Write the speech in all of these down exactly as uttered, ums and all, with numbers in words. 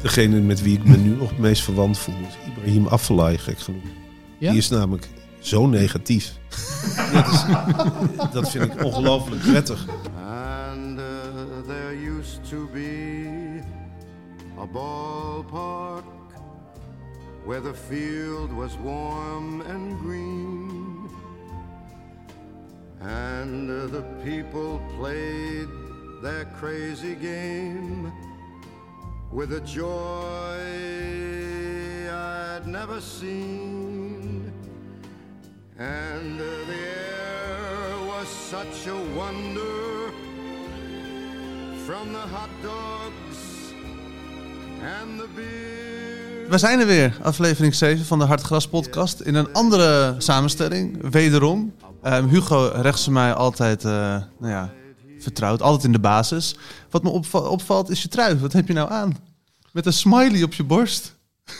Degene met wie ik me nu nog het meest verwant voel is Ibrahim Afellay, gek genoeg. Ja? Die is namelijk zo negatief. dat, is, dat vind ik ongelooflijk prettig. And uh, there used to be a ballpark where the field was warm and green. And uh, the people played their crazy game with a joy I'd never seen. And uh, the air was such a wonder from the hot dogs and the beer. We zijn er weer, aflevering zeven van de Hartgras podcast. In een andere samenstelling, wederom. Um, Hugo rechts van mij altijd, uh, nou ja, vertrouwd, altijd in de basis. Wat me opva- opvalt is je trui. Wat heb je nou aan? Met een smiley op je borst.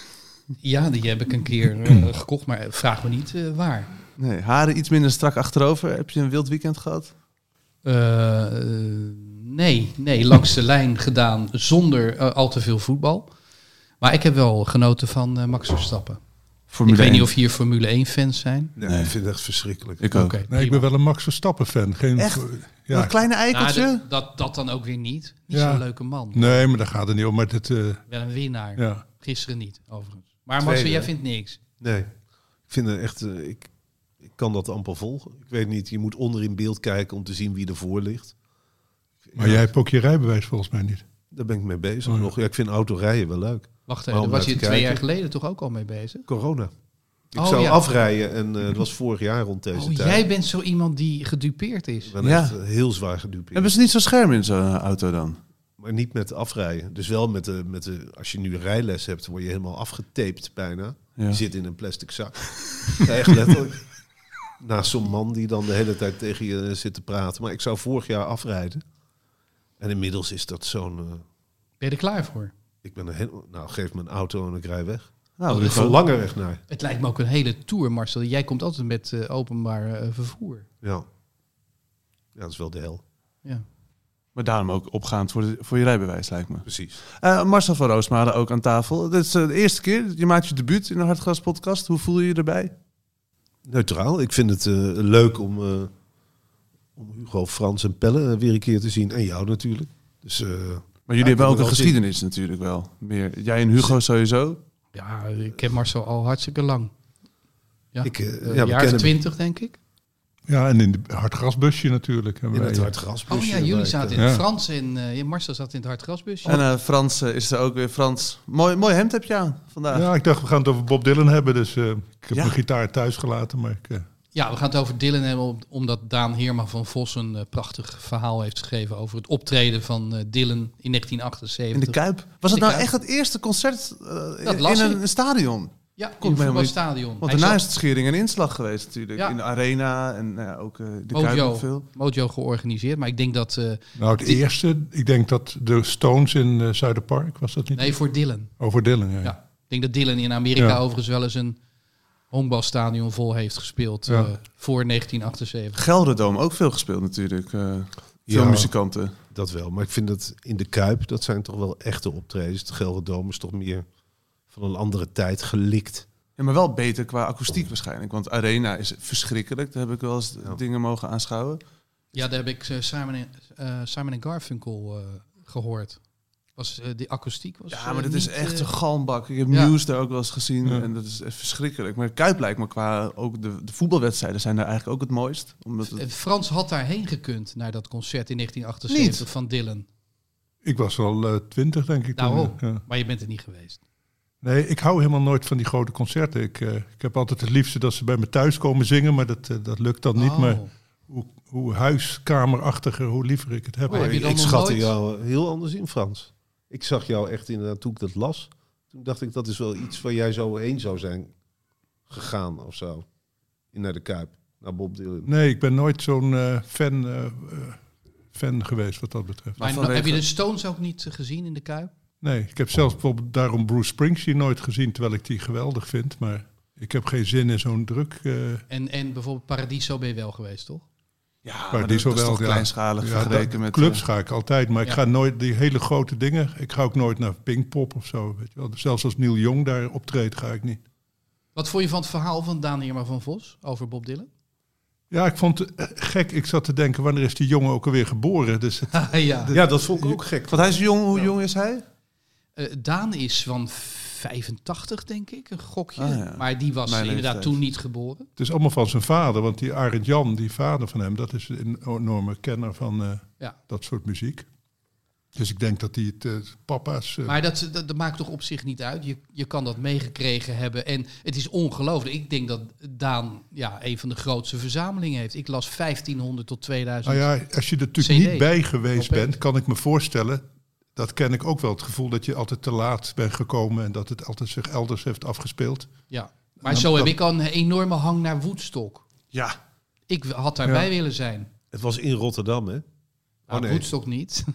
Ja, die heb ik een keer uh, gekocht, maar vraag me niet uh, waar. Nee, haren iets minder strak achterover. Heb je een wild weekend gehad? Uh, uh, nee, nee, langs de lijn gedaan zonder uh, al te veel voetbal. Maar ik heb wel genoten van uh, Max Verstappen. Formule ik weet één. Niet of hier Formule één fans zijn. Nee, nee. Ik vind het echt verschrikkelijk. Ik ook. Okay, nee, ik ben wel een Max Verstappen fan. Geen, echt? Ja. Een kleine eikeltje? Nou, dat, dat, dat dan ook weer niet. Niet ja. Zo'n leuke man. Nee, maar daar gaat het niet om. Maar dit, uh... wel een winnaar. Ja. Gisteren niet, overigens. Maar Max, jij vindt niks? Nee, ik vind het echt... Uh, ik, ik kan dat amper volgen. Ik weet niet, je moet onder in beeld kijken om te zien wie ervoor ligt. Maar ja. Jij hebt ook je rijbewijs volgens mij niet. Daar ben ik mee bezig oh, ja. nog. Ja, ik vind autorijden wel leuk. Wacht even, daar was je twee kijken. jaar geleden toch ook al mee bezig? Corona. Ik oh, zou ja. afrijden en uh, dat was vorig jaar rond deze oh, tijd. Jij bent zo iemand die gedupeerd is. Ik ben ja. echt uh, heel zwaar gedupeerd. Hebben ze niet zo'n scherm in zo'n auto dan? Maar niet met afrijden. Dus wel met de, met de... Als je nu rijles hebt, word je helemaal afgetaped bijna. Ja. Je zit in een plastic zak. Echt letterlijk. Naast zo'n man die dan de hele tijd tegen je zit te praten. Maar ik zou vorig jaar afrijden. En inmiddels is dat zo'n... Uh, ben je er klaar voor? Ik ben er heel... Nou, geef me een auto en ik rij weg. Nou, er is veel langer weg naar. Het lijkt me ook een hele tour, Marcel. Jij komt altijd met uh, openbaar uh, vervoer. Ja. Ja, dat is wel de hel. Ja. Maar daarom ook opgaand voor, de, voor je rijbewijs, lijkt me. Precies. Uh, Marcel van Roosmalen ook aan tafel. Dit is uh, de eerste keer. Je maakt je debuut in de Hartgras podcast. Hoe voel je je erbij? Neutraal. Ik vind het uh, leuk om, uh, om Hugo, Frans en Pelle weer een keer te zien. En jou natuurlijk. Dus, uh, maar jullie ja, hebben ook een geschiedenis in. natuurlijk wel. Meer. Jij en Hugo sowieso. Ja, ik ken Marcel al hartstikke lang. Ja, ik, uh, uh, ja, jaar twintig, denk ik. Ja, en in het hartgrasbusje natuurlijk. In het hartgrasbusje. Oh ja, jullie zaten in ja. Frans en uh, Marcel zat in het hartgrasbusje. En uh, Frans uh, is er ook weer. Frans, mooi, mooi hemd heb je aan vandaag. Ja, ik dacht we gaan het over Bob Dylan hebben. Dus uh, ik heb ja. mijn gitaar thuis gelaten. Maar ik, uh... Ja, we gaan het over Dylan hebben, omdat Daan Heerma van Vos een uh, prachtig verhaal heeft geschreven over het optreden van uh, Dylan in negentien achtenzeventig. In de Kuip. Was het nou Kuip? echt het eerste concert uh, dat in, in een, een stadion? Ja, in een voetbalstadion. Want daarna is het schering en inslag geweest natuurlijk. Ja. In de arena en nou ja, ook uh, de Mojo, Kuip ook veel. Mojo georganiseerd, maar ik denk dat... Uh, nou, het die... eerste, ik denk dat de Stones in uh, Zuiderpark, was dat niet? Nee, voor Dylan. Oh, voor Dylan, ja. ja. Ik denk dat Dylan in Amerika ja. overigens wel eens een honkbalstadion vol heeft gespeeld ja. uh, voor negentien achtenzeventig. Gelderdoom ook veel gespeeld natuurlijk. Uh, veel ja, muzikanten. Dat wel, maar ik vind dat in de Kuip, dat zijn toch wel echte optredens. Het Gelderdoom is toch meer van een andere tijd gelikt. Ja, maar wel beter qua akoestiek waarschijnlijk. Want Arena is verschrikkelijk. Daar heb ik wel eens ja. dingen mogen aanschouwen. Ja, daar heb ik uh, Simon, en, uh, Simon en Garfunkel uh, gehoord. Was, uh, die akoestiek was Ja, maar uh, dat niet, is echt uh, een galmbak. Ik heb ja. Muse daar ook wel eens gezien. Ja. En dat is echt verschrikkelijk. Maar Kuip lijkt me qua... Ook de, de voetbalwedstrijden zijn daar eigenlijk ook het mooist. Omdat het... Frans had daarheen gekund naar dat concert in negentien achtenzeventig Niet. van Dylan. Ik was wel uh, twintig, denk ik. Nou, toen, ja. Maar je bent er niet geweest. Nee, ik hou helemaal nooit van die grote concerten. Ik, uh, ik heb altijd het liefste dat ze bij me thuis komen zingen, maar dat, uh, dat lukt dan niet. Oh. Maar hoe, hoe huiskamerachtiger, hoe liever ik het heb. Oh, heb je dan ik schatte nooit... jou heel anders in, Frans. Ik zag jou echt inderdaad, toen ik dat las, toen dacht ik dat is wel iets waar jij zo heen zou zijn gegaan of zo. Naar de Kuip, naar Bob Dylan. Nee, ik ben nooit zo'n uh, fan, uh, fan geweest wat dat betreft. Maar vanwege... heb je de Stones ook niet gezien in de Kuip? Nee, ik heb zelfs bijvoorbeeld daarom Bruce Springsteen nooit gezien, terwijl ik die geweldig vind. Maar ik heb geen zin in zo'n druk. Uh... En, en bijvoorbeeld Paradiso ben je wel geweest, toch? Ja, maar dat, dat is toch kleinschalig ja, vergeleken dat, met... Clubs ga ik altijd, maar ja. ik ga nooit die hele grote dingen... Ik ga ook nooit naar Pinkpop of zo. Weet je wel. Zelfs als Neil Young daar optreedt, ga ik niet. Wat vond je van het verhaal van Daan Heerma van Vos over Bob Dylan? Ja, ik vond het gek. Ik zat te denken, wanneer is die jongen ook alweer geboren? Dus het, ja. ja, dat vond ik ook gek. Want hij is jong. Hoe ja. jong is hij? Uh, Daan is van vijfentachtig, denk ik. Een gokje. Ah, ja. Maar die was Mijn inderdaad leeftijd. toen niet geboren. Het is allemaal van zijn vader. Want die Arend Jan, die vader van hem... dat is een enorme kenner van uh, ja. dat soort muziek. Dus ik denk dat hij het uh, papa's... Uh... Maar dat, dat, dat maakt toch op zich niet uit. Je, je kan dat meegekregen hebben. En het is ongelooflijk. Ik denk dat Daan ja, een van de grootste verzamelingen heeft. Ik las vijftienhonderd tot tweeduizend. Nou ja, als je er natuurlijk C D's niet bij geweest bent... kan ik me voorstellen... dat ken ik ook wel. Het gevoel dat je altijd te laat bent gekomen... en dat het altijd zich elders heeft afgespeeld. Ja, maar dan, zo dan... heb ik al een enorme hang naar Woodstock. Ja. Ik had daarbij ja. willen zijn. Het was in Rotterdam, hè? Oh, nee. Woodstock niet.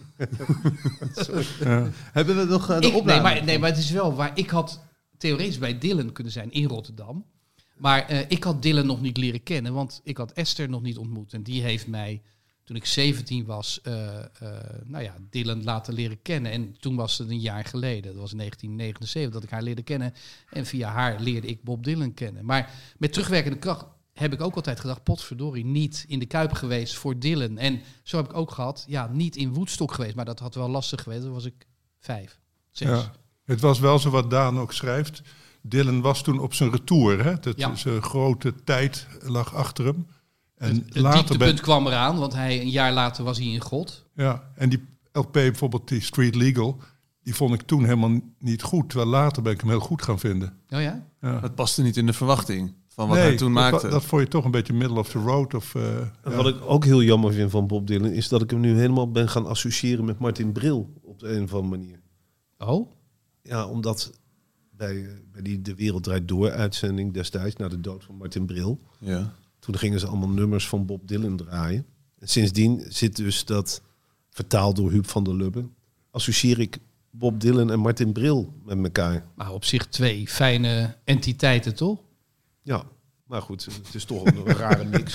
ja. Hebben we nog uh, de ik, opname? Nee maar, nee, maar het is wel waar. Ik had theoretisch bij Dylan kunnen zijn in Rotterdam. Maar uh, ik had Dylan nog niet leren kennen, want ik had Esther nog niet ontmoet. En die heeft mij, toen ik zeventien was, uh, uh, nou ja, Dylan laten leren kennen. En toen was het een jaar geleden, dat was negentien negenenzeventig, dat ik haar leerde kennen. En via haar leerde ik Bob Dylan kennen. Maar met terugwerkende kracht heb ik ook altijd gedacht, potverdorie, niet in de Kuip geweest voor Dylan. En zo heb ik ook gehad, ja, niet in Woodstock geweest. Maar dat had wel lastig geweest, dan was ik vijf, zes. Ja, het was wel zo wat Daan ook schrijft. Dylan was toen op zijn retour. Hè? Dat ja. Zijn grote tijd lag achter hem. En het het later dieptepunt ben... kwam eraan, want hij, een jaar later was hij in God. Ja, en die L P, bijvoorbeeld die Street Legal... die vond ik toen helemaal niet goed. Terwijl later ben ik hem heel goed gaan vinden. Oh ja? Ja. Het paste niet in de verwachting van wat nee, hij toen dat, maakte. Dat vond je toch een beetje middle of the road. Of, uh, ja. Wat ik ook heel jammer vind van Bob Dylan... is dat ik hem nu helemaal ben gaan associëren met Martin Bril... op de een of andere manier. Oh? Ja, omdat bij, bij die De Wereld Draait Door uitzending destijds... na de dood van Martin Bril... Ja. toen gingen ze allemaal nummers van Bob Dylan draaien. En sindsdien zit dus dat, vertaald door Huub van der Lubbe... associeer ik Bob Dylan en Martin Bril met elkaar. Maar op zich twee fijne entiteiten, toch? Ja, maar goed, het is toch een rare mix.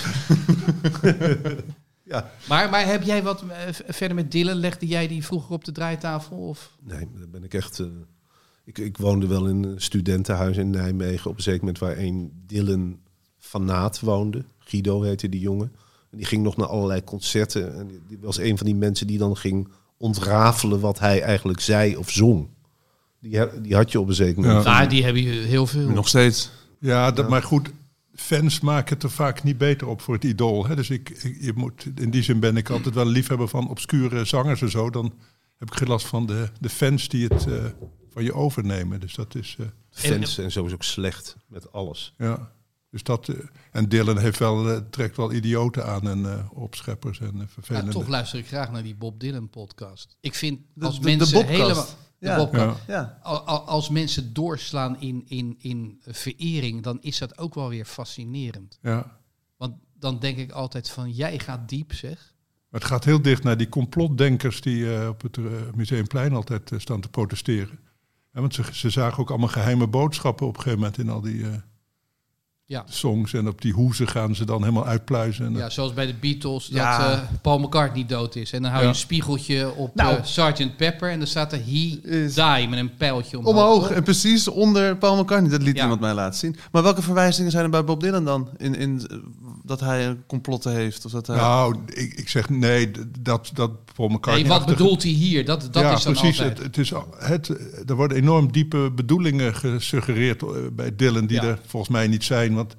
ja. Maar, maar heb jij wat uh, verder met Dylan? Legde jij die vroeger op de draaitafel? Of? Nee, daar ben ik echt... Uh, ik, ik woonde wel in een studentenhuis in Nijmegen... op een zeker moment waar een Dylan-fanaat woonde. Guido heette die jongen. En die ging nog naar allerlei concerten. En die, die was een van die mensen die dan ging ontrafelen... wat hij eigenlijk zei of zong. Die, die had je op een zeker moment. Ja, ja die hebben je heel veel. Nog steeds. Ja, dat, maar goed, fans maken het er vaak niet beter op voor het idool. Hè? Dus ik, ik, je moet, in die zin ben ik altijd wel een liefhebber van obscure zangers en zo. Dan heb ik geen last van de, de fans die het uh, van je overnemen. Dus dat is... Uh, fans zijn sowieso ook slecht met alles. Ja, dus dat... Uh, en Dylan heeft wel, uh, trekt wel idioten aan en uh, opscheppers en uh, vervelende... Ja, toch luister ik graag naar die Bob Dylan podcast. Ik vind als de, de, mensen de helemaal... Ja. Ja. Ja. Als mensen doorslaan in, in, in verering, dan is dat ook wel weer fascinerend. Ja. Want dan denk ik altijd van, jij gaat diep, zeg. Maar het gaat heel dicht naar die complotdenkers die uh, op het uh, Museumplein altijd uh, staan te protesteren. Ja, want ze, ze zagen ook allemaal geheime boodschappen op een gegeven moment in al die uh, ja. songs. En op die hoezen gaan ze dan helemaal uitpluizen. En ja, zoals bij de Beatles, ja. dat uh, Paul McCartney dood is. En dan hou je ja. een spiegeltje op nou. uh, sergeant Pepper en dan staat er He is Die met een pijltje omhoog. Omhoog en precies onder Paul McCartney. Dat liet ja. iemand mij laten zien. Maar welke verwijzingen zijn er bij Bob Dylan dan? In, in, dat hij complotten heeft? Of dat hij... Nou, ik, ik zeg nee, dat, dat Paul McCartney... Nee, wat bedoelt hij hier? Dat, dat ja, is dan precies. altijd... Het, het is, het, er worden enorm diepe bedoelingen gesuggereerd bij Dylan die ja. er volgens mij niet zijn. Want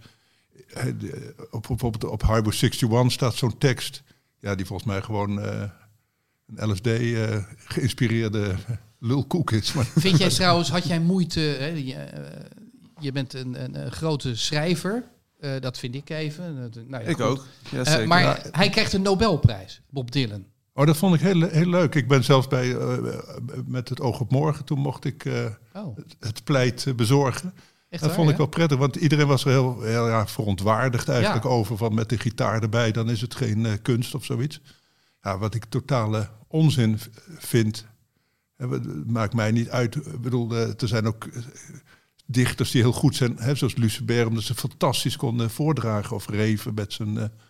op, op, op, op Highway eenenzestig staat zo'n tekst... Ja, die volgens mij gewoon uh, een L S D-geïnspireerde uh, lulkoek is. Maar vind jij trouwens, had jij moeite... Hè, je, uh, je bent een, een, een grote schrijver... Uh, dat vind ik even. Nou ja, ik goed. ook. Ja, zeker. Uh, maar ja. hij krijgt een Nobelprijs, Bob Dylan. Oh, dat vond ik heel, heel leuk. Ik ben zelfs bij uh, met het oog op morgen. Toen mocht ik uh, oh. het, het pleit uh, bezorgen. Echt dat waar, vond ja? ik wel prettig, want iedereen was er heel, heel ja, verontwaardigd eigenlijk ja. over. Van met de gitaar erbij, dan is het geen uh, kunst of zoiets. Ja, wat ik totale onzin vind, uh, maakt mij niet uit. Ik bedoel, uh, er zijn ook... Uh, dichters die heel goed zijn, hè, zoals Lucebert, omdat ze fantastisch konden voordragen of Reven met zijn uh,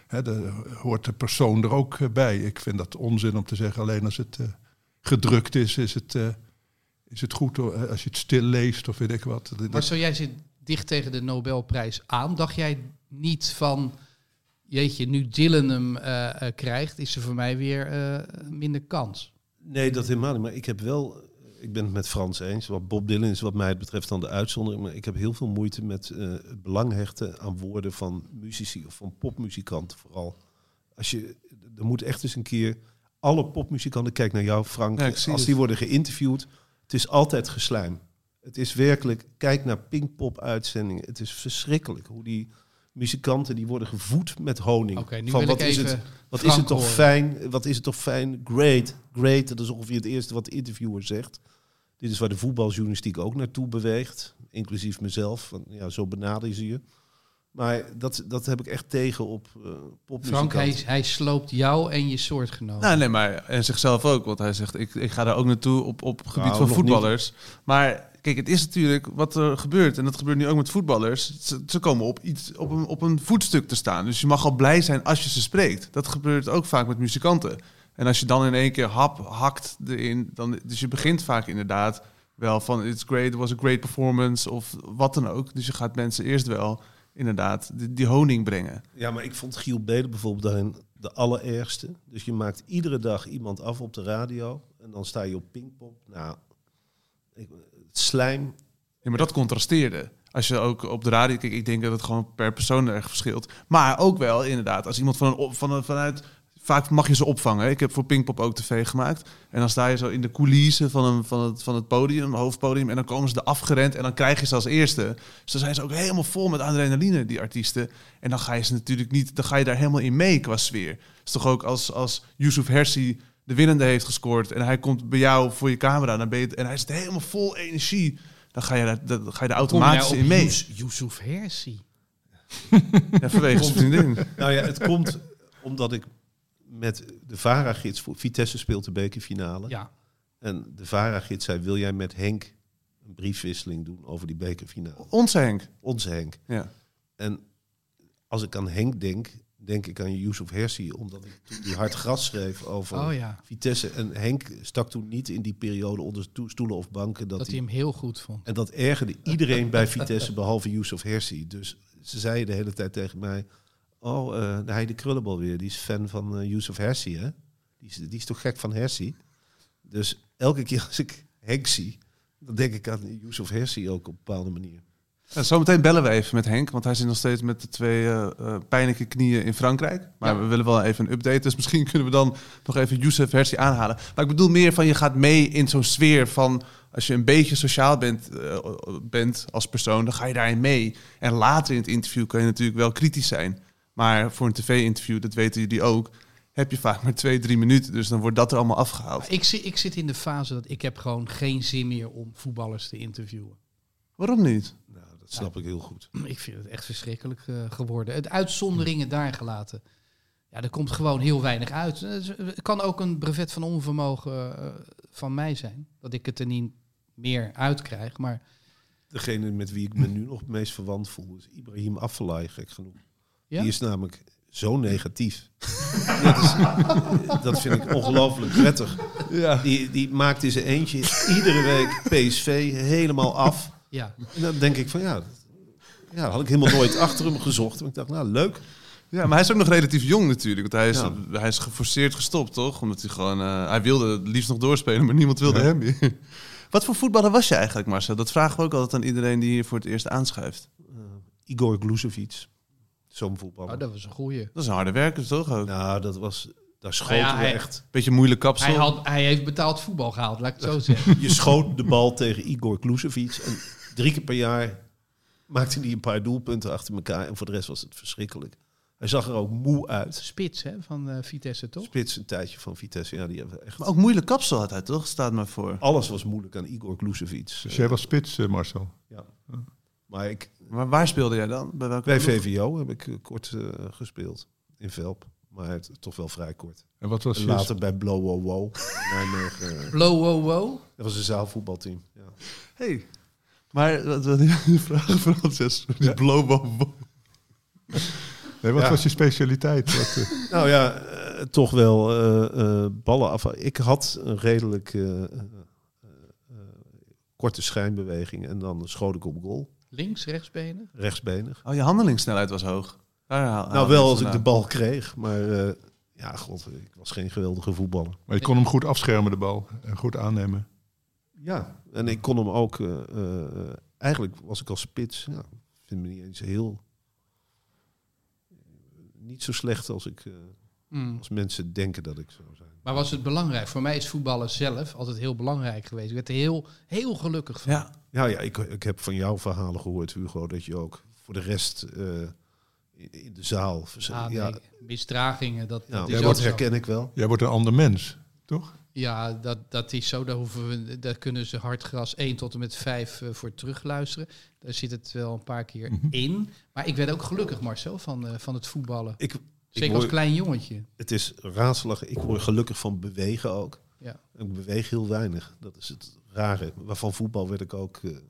Hè, daar hoort de persoon er ook uh, bij. Ik vind dat onzin om te zeggen, alleen als het uh, gedrukt is, is het, uh, is het goed. Hoor. Als je het stil leest of weet ik wat. Maar zo, jij zit dicht tegen de Nobelprijs aan. Dacht jij niet van, jeetje, nu Dylan hem uh, uh, krijgt, is er voor mij weer uh, minder kans? Nee, dat helemaal niet. Maar ik heb wel... Ik ben het met Frans eens. Wat Bob Dylan is wat mij het betreft dan de uitzondering. Maar ik heb heel veel moeite met uh, het belang hechten aan woorden van muzici of van popmuzikanten vooral. Als je, er moet echt eens een keer alle popmuzikanten, kijk naar jou Frank, ja, als het. die worden geïnterviewd, het is altijd geslijm. Het is werkelijk, kijk naar Pinkpop uitzendingen. Het is verschrikkelijk hoe die muzikanten die worden gevoed met honing. Okay, nu van wil wat ik is even het, wat Frank is het toch horen. fijn? Wat is het toch fijn? Great, great. Dat is ongeveer het eerste wat de interviewer zegt. Dit is waar de voetbaljournalistiek ook naartoe beweegt, inclusief mezelf. Van, ja, zo benader je je. Maar dat, dat heb ik echt tegen op uh, popmuzikanten. Frank, hij, hij sloopt jou en je soortgenoten. Nou, nee, maar en zichzelf ook. Want hij zegt, ik, ik ga daar ook naartoe op, op het gebied Nou, van nog voetballers. Maar kijk, het is natuurlijk wat er gebeurt. En dat gebeurt nu ook met voetballers. Ze, ze komen op, iets, op, een, op een voetstuk te staan. Dus je mag al blij zijn als je ze spreekt. Dat gebeurt ook vaak met muzikanten. En als je dan in één keer hap, hakt erin... Dan, dus je begint vaak inderdaad wel van... It's great, it was a great performance of wat dan ook. Dus je gaat mensen eerst wel inderdaad die, die honing brengen. Ja, maar ik vond Giel Belen bijvoorbeeld daarin de allerergste. Dus je maakt iedere dag iemand af op de radio... en dan sta je op Pinkpop. Nou, ik, het slijm... Ja, maar dat contrasteerde. Als je ook op de radio... Kijk, ik denk dat het gewoon per persoon erg verschilt. Maar ook wel inderdaad, als iemand van een, van een, vanuit... Vaak mag je ze opvangen. Ik heb voor Pinkpop ook tv gemaakt. En dan sta je zo in de coulissen van, een, van, het, van het podium, het hoofdpodium. En dan komen ze er afgerend en dan krijg je ze als eerste. Dus dan zijn ze ook helemaal vol met adrenaline, die artiesten. En dan ga je ze natuurlijk niet... Dan ga je daar helemaal in mee qua sfeer. Het is toch ook als, als Yusuf Hersi de winnende heeft gescoord... en hij komt bij jou voor je camera dan ben je, en hij zit helemaal vol energie... dan ga je, daar, dan ga je er automatisch in mee. Yusuf Hersi. Ja, vanwege zijn vriendin. Nou ja, het komt omdat ik... met de VARA-gids, Vitesse speelt de bekerfinale. Ja. En de VARA-gids zei, wil jij met Henk een briefwisseling doen over die bekerfinale? Onze Henk. Onze Henk. Ja. En als ik aan Henk denk, denk ik aan Yusuf Hersi, omdat ik toen die hard gras schreef over oh, ja. Vitesse. En Henk stak toen niet in die periode onder stoelen of banken. Dat, dat hij hem heel goed vond. En dat ergerde iedereen bij Vitesse, behalve Yusuf Hersi. Dus ze zeiden de hele tijd tegen mij... Oh, uh, de Heide Krullenbal weer. Die is fan van uh, Yusuf Hersi, hè? Die is, die is toch gek van Hersi? Dus elke keer als ik Henk zie, dan denk ik aan Yusuf Hersi ook op een bepaalde manier. Ja, zometeen bellen we even met Henk, want hij zit nog steeds met de twee uh, uh, pijnlijke knieën in Frankrijk. Maar ja. we willen wel even een update, dus misschien kunnen we dan nog even Yusuf Hersi aanhalen. Maar ik bedoel meer van, je gaat mee in zo'n sfeer van... Als je een beetje sociaal bent, uh, bent als persoon, dan ga je daarin mee. En later in het interview kan je natuurlijk wel kritisch zijn... Maar voor een tv-interview, dat weten jullie ook, heb je vaak maar twee, drie minuten. Dus dan wordt dat er allemaal afgehaald. Ik, ik zit in de fase dat ik heb gewoon geen zin meer om voetballers te interviewen. Waarom niet? Nou, dat snap ja. ik heel goed. Ik vind het echt verschrikkelijk uh, geworden. Het uitzonderingen daar gelaten. Ja, er komt gewoon heel weinig uit. Het kan ook een brevet van onvermogen uh, van mij zijn. Dat ik het er niet meer uitkrijg. Maar... Degene met wie ik me nu nog het meest verwant voel is Ibrahim Afellay, gek genoeg. Ja? Die is namelijk zo negatief. dat, is, dat vind ik ongelooflijk prettig. Ja. Die, die maakt in zijn eentje iedere week P S V helemaal af. Ja. En dan denk ik van ja, ja, dat had ik helemaal nooit achter hem gezocht. En ik dacht, nou leuk. Ja, maar hij is ook nog relatief jong natuurlijk. Want hij is, ja. hij is geforceerd gestopt, toch? Omdat hij gewoon... Uh, hij wilde het liefst nog doorspelen, maar niemand wilde ja. hem meer. Wat voor voetballer was je eigenlijk, Marcel? Dat vragen we ook altijd aan iedereen die hier voor het eerst aanschuift. Uh, Igor Glušević. Zo'n voetballer. Oh, dat was een goeie. Dat is een harde werker, toch ook? Nou, dat was... Daar schoten ja, we hij, echt... Beetje moeilijk kapsel. Hij, had, hij heeft betaald voetbal gehaald, laat ik het zo zeggen. Je schoot de bal tegen Igor Glušević. En drie keer per jaar maakte hij een paar doelpunten achter elkaar. En voor de rest was het verschrikkelijk. Hij zag er ook moe uit. Spits, hè, van uh, Vitesse, toch? Spits, een tijdje van Vitesse. Ja, die hebben echt... Maar ook moeilijk kapsel had hij, toch? Staat maar voor. Alles was moeilijk aan Igor Glušević. Dus jij was spits, uh, Marcel? Ja. Uh. Maar ik... Maar waar speelde jij dan? Bij, welke Bij V V O heb ik uh, kort uh, gespeeld. In Velp. Maar het, toch wel vrij kort. En wat was en later je... bij Blow Wow Wow. Nijmegen, uh, Blow Wow Wow? Dat was een zaalvoetbalteam. Ja. Hey. Maar wat die vraag Francis. Die ja. Blow Wow Wow. Nee, wat Ja. was je specialiteit? Wat, uh... Nou ja, uh, toch wel uh, uh, ballen af. Ik had een redelijk uh, uh, uh, korte schijnbeweging en dan schoot ik op goal. Links, rechtsbenen? Rechtsbenig. Oh, je handelingssnelheid was hoog. Daar haal- haal Nou, ik wel het als ik de vandaan. bal kreeg, maar uh, ja, god, ik was geen geweldige voetballer. Maar je kon hem goed afschermen, de bal. En goed aannemen. Ja, en ik kon hem ook... Uh, uh, eigenlijk was ik als spits... Ja, vind me niet eens heel... Niet zo slecht als ik... Uh, Mm. als mensen denken dat ik zou zijn. Maar was het belangrijk? Voor mij is voetballen zelf altijd heel belangrijk geweest. Ik werd er heel, heel gelukkig van. Ja, Ja, ja ik, ik heb van jouw verhalen gehoord, Hugo, dat je ook voor de rest uh, in, in de zaal... Ah, nee, ja, misdragingen, dat, ja, dat is dat ook wordt zo. herken ik wel. Jij wordt een ander mens, toch? Ja, dat, dat is zo. Daar, hoeven we, daar kunnen ze Hartgras één tot en met vijf uh, voor terugluisteren. Daar zit het wel een paar keer Mhm. in. Maar ik werd ook gelukkig, Marcel, van, uh, van het voetballen. Ik, Zeker ik als word, klein jongetje. het is razelig. Ik word gelukkig van bewegen ook. Ja. Ik beweeg heel weinig. Dat is het rare. Maar van voetbal werd ik ook, uh,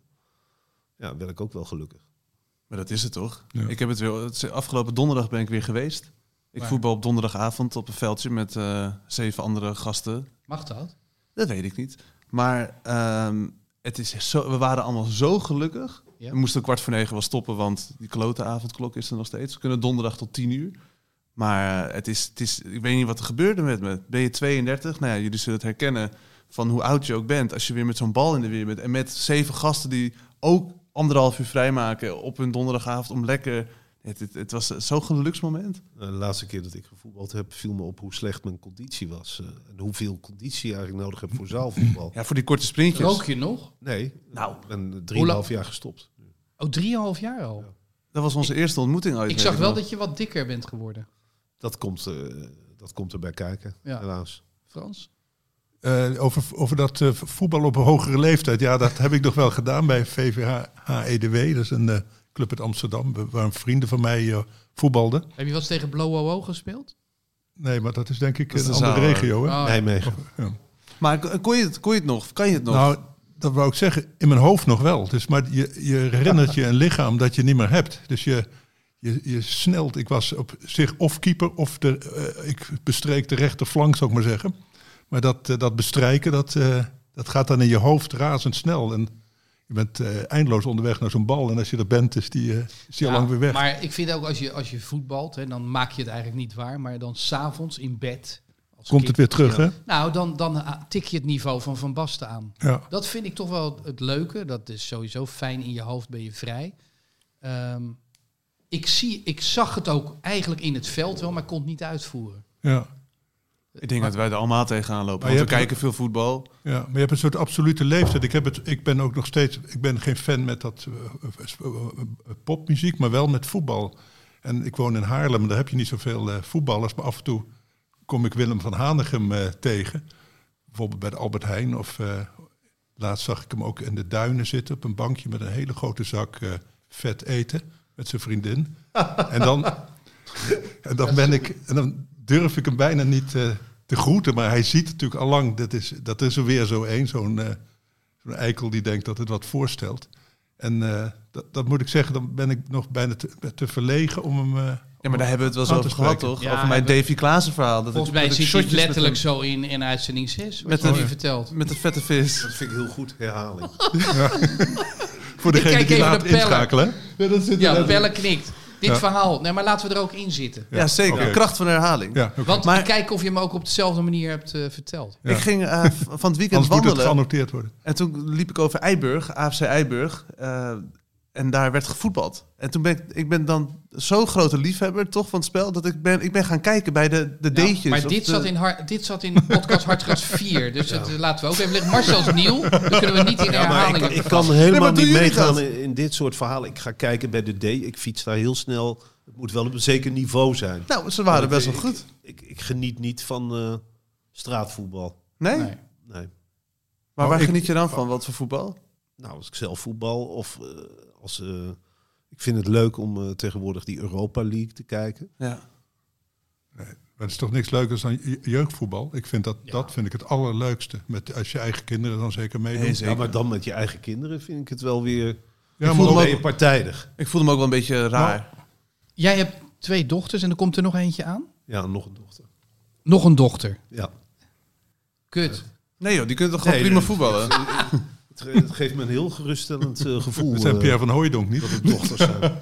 ja, werd ik ook wel gelukkig. maar dat is het toch? Ja. Ik heb het weer... Het is, afgelopen donderdag ben ik weer geweest. Ik Waar? voetbal op donderdagavond op een veldje met uh, zeven andere gasten. Mag dat? Dat weet ik niet. Maar um, het is zo, we waren allemaal zo gelukkig. Ja. We moesten kwart voor negen wel stoppen, want die klote avondklok is er nog steeds. We kunnen donderdag tot tien uur. Maar uh, het is, het is, ik weet niet wat er gebeurde met me. Ben je tweeëndertig? Nou ja, jullie zullen het herkennen van hoe oud je ook bent. Als je weer met zo'n bal in de weer bent. En met zeven gasten die ook anderhalf uur vrijmaken op een donderdagavond om lekker... Het, het, het was zo'n geluksmoment. De laatste keer dat ik gevoetbald heb, viel me op hoe slecht mijn conditie was. Uh, en hoeveel conditie je eigenlijk nodig hebt voor zaalvoetbal. Ja, voor die korte sprintjes. Rook je nog? Nee, Nou. ik ben drieënhalf jaar gestopt. Oh, drieënhalf jaar al. Ja. Dat was onze eerste ontmoeting ooit. Ik weet zag wel nog. dat je wat dikker bent geworden. Dat komt, uh, dat komt erbij kijken, Ja. helaas. Frans? Uh, over, over dat uh, voetbal op een hogere leeftijd. Ja, dat heb ik nog wel gedaan bij V V H H E D W. Dat is een uh, club uit Amsterdam, waar een vrienden van mij uh, voetbalden. Heb je wel eens tegen Blow O O gespeeld? Nee, maar dat is denk ik Dat is een de andere zaal, regio. Hè? Oh, Nijmegen. Ja. Maar kon je, het, kon je het nog? Kan je het nog? Nou, dat wou ik zeggen, in mijn hoofd nog wel. Dus, maar je, je herinnert je een lichaam dat je niet meer hebt. Dus je, je, je snelt. Ik was op zich of keeper of de, uh, ik bestreek de rechterflank, zou ik maar zeggen. Maar dat, uh, dat bestrijken, dat, uh, dat gaat dan in je hoofd razendsnel. En je bent uh, eindeloos onderweg naar zo'n bal. En als je er bent, is die, uh, is die Ja, al lang weer weg. Maar ik vind ook, als je, als je voetbalt, hè, dan maak je het eigenlijk niet waar. Maar dan 's avonds in bed... als Komt kind- het weer terug, Ja. hè? Nou, dan, dan tik je het niveau van Van Basten aan. Ja. Dat vind ik toch wel het leuke. Dat is sowieso fijn. In je hoofd ben je vrij. Um, ik, zie, ik zag het ook eigenlijk in het veld wel, maar kon het niet uitvoeren. Ja. Ik denk dat wij er allemaal tegenaan lopen. Maar Want je we hebt- kijken veel voetbal. Ja, maar je hebt een soort absolute leeftijd. Ik, heb het, ik ben ook nog steeds... Ik ben geen fan met dat uh, uh, uh, popmuziek, maar wel met voetbal. En ik woon in Haarlem, daar heb je niet zoveel uh, voetballers. Maar af en toe kom ik Willem van Hanegem uh, tegen. Bijvoorbeeld bij de Albert Heijn. Of uh, laatst zag ik hem ook in de duinen zitten op een bankje met een hele grote zak uh, vet eten. Met zijn vriendin. en, dan, en dan ben ik... En dan durf ik hem bijna niet... Uh, te groeten, maar hij ziet natuurlijk al lang, dat is, dat is er weer zo één, zo'n, uh, zo'n eikel die denkt dat het wat voorstelt. En uh, dat, dat moet ik zeggen, dan ben ik nog bijna te, te verlegen om hem... Uh, Ja, maar daar hebben we het wel eens aan over te gehad, spreken. toch? Ja, over mijn hebben- Davy Klaassen verhaal. Dat Volgens ik, mij dat ik zit hij shotjes met letterlijk een- zo in, in uitzending zes. Wat Met je een- nu vertelt. Met een vette vis. Dat vind ik heel goed, herhaling. voor degene kijk die even laat naar Pelle. inschakelen. hè? Ja, dat zit Ja, Pelle knikt. Dit Ja. verhaal. Nee, maar laten we er ook in zitten. Ja, zeker. oké. De kracht van herhaling. Ja, oké. Want Maar- kijken of je hem ook op dezelfde manier hebt uh, verteld. Ja. Ik ging uh, v- van het weekend Anders moet het wandelen. geannoteerd worden. En toen liep ik over Eiburg, A F C Eiburg. Uh, en daar werd gevoetbald. En toen ben ik, ik ben dan zo'n grote liefhebber toch van het spel, dat ik ben, ik ben gaan kijken bij de, de Nou, D'tjes. maar of dit de- zat, in har- dit zat in podcast Hartgras vier. Dus dat uh, laten we ook even liggen. Marcel is nieuw. Dan kunnen we niet in Ja, maar herhaling. ik, ik kan Nee, helemaal maar doen niet jullie meegaan dat? in, in dit soort verhalen. Ik ga kijken bij de D. Ik fiets daar heel snel. Het moet wel op een zeker niveau zijn. Nou, ze waren Want best ik- wel goed. Ik, ik, ik geniet niet van uh, straatvoetbal. Nee? Nee. Nee. Maar Oh, waar ik- geniet je dan van? Wat voor voetbal? Nou, als ik zelf voetbal of uh, als... Uh, ik vind het leuk om uh, tegenwoordig die Europa League te kijken. Ja. Maar het is toch niks leukers dan je- jeugdvoetbal? Ik vind dat, Ja. dat vind ik het allerleukste. Met, als je eigen kinderen dan zeker meedoen. Nee, zeker. Ja, maar dan met je eigen kinderen vind ik het wel weer... Ja, Ja, maar maar ook- ben je partijdig. Ik voelde me ook wel een beetje raar. Jij hebt Twee dochters en er komt er nog eentje aan? Ja, nog een dochter. Nog een dochter. Ja. Kut. Nee joh, die kunnen toch gewoon Nee, prima nee. voetballen? Het, ge- het geeft me een heel geruststellend uh, gevoel. Het zijn uh, Pierre van Hooijdonk niet. dat het dochters zijn.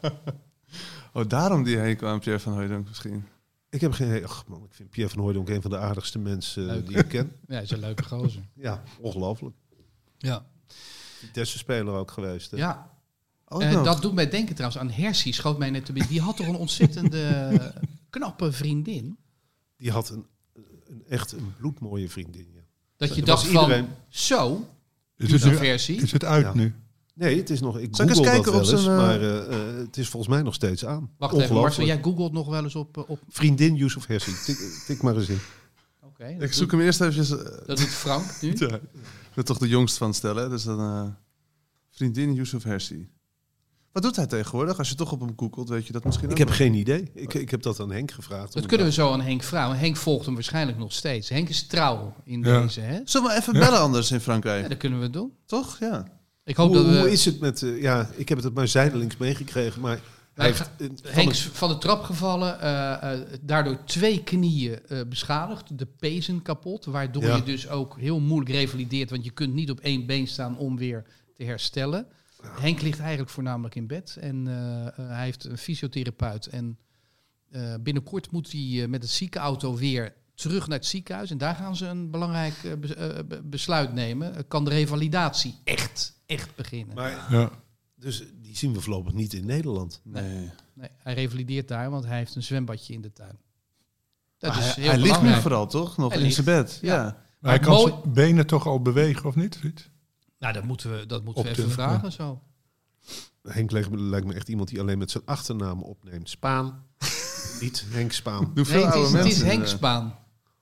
Oh, daarom die heen kwam, Pierre van Hooijdonk misschien. Ik heb geen... Ach man, ik vind Pierre van Hooijdonk een van de aardigste mensen uh, Leuk. die ik ken. Ja, hij is een leuke gozer. Ja, ongelooflijk. Ja. Vitesse-speler ook geweest. Hè? Ja. Ook Uh, nog. dat doet mij denken trouwens aan Hersie, schoot mij net te binnen. Die had toch een ontzettende knappe vriendin? Die had een, een echt een bloedmooie vriendin. Ja. Dat je Dat dacht was van, iedereen- zo, Is het, nu- versie. is het uit Ja. nu? Nee, het is nog... Ik Zal ik eens google kijken dat op wel eens, zijn, uh, maar uh, uh, het is volgens mij nog steeds aan. Wacht even, Ongelooflijk. Marcel, jij googelt nog wel eens op... uh, op... Vriendin Yusuf Hersi. Tik, tik maar eens in. Oké, Ik dat, zoek doet- hem eerst even... dat doet Frank nu. Ja. Ik ben toch de jongst van het stel, hè? Dus dan... Uh, vriendin Yusuf Hersi. Wat doet hij tegenwoordig? Als je toch op hem googelt, weet je dat misschien Ik ook heb nog? geen idee. Ik, ik heb dat aan Henk gevraagd. Dat kunnen we zo aan Henk vragen. Henk volgt hem waarschijnlijk nog steeds. Henk is trouw in Ja. deze, hè? Zullen we even bellen anders in Frankrijk? Ja, dat kunnen we doen. Toch? Ja. Ik hoop Hoe, dat we... hoe is het met... Uh, ja, ik heb het maar zijdelings meegekregen, maar... Hij heeft, ga- uh, van Henk het- is van de trap gevallen, uh, uh, daardoor twee knieën uh, beschadigd, de pezen kapot, waardoor Ja. je dus ook heel moeilijk revalideert, want je kunt niet op één been staan om weer te herstellen. Henk ligt eigenlijk voornamelijk in bed en uh, uh, hij heeft een fysiotherapeut en uh, binnenkort moet hij uh, met het ziekenauto weer terug naar het ziekenhuis en daar gaan ze een belangrijk uh, be- uh, be- besluit nemen. Uh, kan de revalidatie echt, echt beginnen? maar, Ja. dus die zien we voorlopig niet in Nederland. Nee. Nee, hij revalideert daar, want hij heeft een zwembadje in de tuin. Dat Maar is hij heel hij ligt nu belangrijk. vooral, toch? Nog Hij in ligt. zijn bed. Ja. Ja. Maar hij Maar kan mooi- zijn benen toch al bewegen, of niet? Zoiets? Nou, dat moeten we, dat moeten we Op even de- vragen zo. Henk lijkt me, lijkt me echt iemand die alleen met zijn achternaam opneemt. Spaan. Niet Henk Spaan. Doe veel Nee, het oude is, het is mensen. Henk eh. Spaan.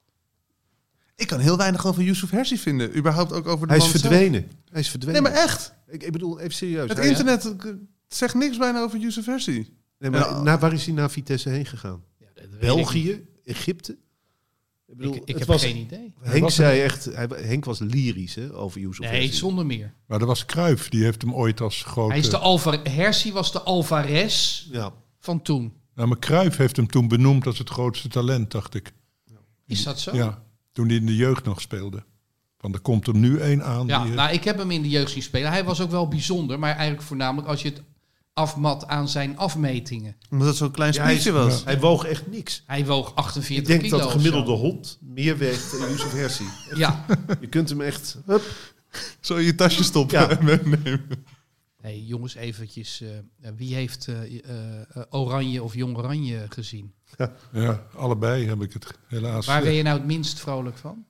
Ik kan heel weinig over Yusuf Hersi vinden. Überhaupt ook over de Hij is man zelf. verdwenen. Hij is verdwenen. Nee, maar echt. Ik, ik bedoel, even serieus. Het Hij- internet eh, zegt niks bijna over Yusuf Hersi. Nee, maar Ja. naar, waar is hij naar Vitesse heen gegaan? Ja, dat weet ik niet. België? Egypte? Ik bedoel, Ik, ik het heb was, geen idee. Henk was zei echt, hij, Henk was lyrisch hè, over Yusuf Nee, Hersi. zonder meer. Maar dat was Cruijff, die heeft hem ooit als grote... Hij is de Alva Hersi was de Alvarez Ja. van toen. Nou, maar Cruijff heeft hem toen benoemd als het grootste talent, dacht ik. Is dat zo? Ja, toen hij in de jeugd nog speelde. Want er komt er nu één aan. Ja, die, eh, nou, ik heb hem in de jeugd zien spelen. Hij was ook wel bijzonder, maar eigenlijk voornamelijk als je het afmat aan zijn afmetingen. Omdat het zo'n klein Ja, hij, spietje was. hij woog echt niks. Hij woog Ik achtenveertig denk kilo dat de of gemiddelde zo. hond meer weegt dan Yusuf Hersi. Ja. Je kunt hem echt... Hup, Zo in je tasje stoppen Ja. en meenemen. Hey, jongens, eventjes. eh, wie heeft eh, eh, eh, Oranje of Jong Oranje gezien? ja, allebei heb ik het helaas. Waar eh, ben je nou het minst vrolijk van?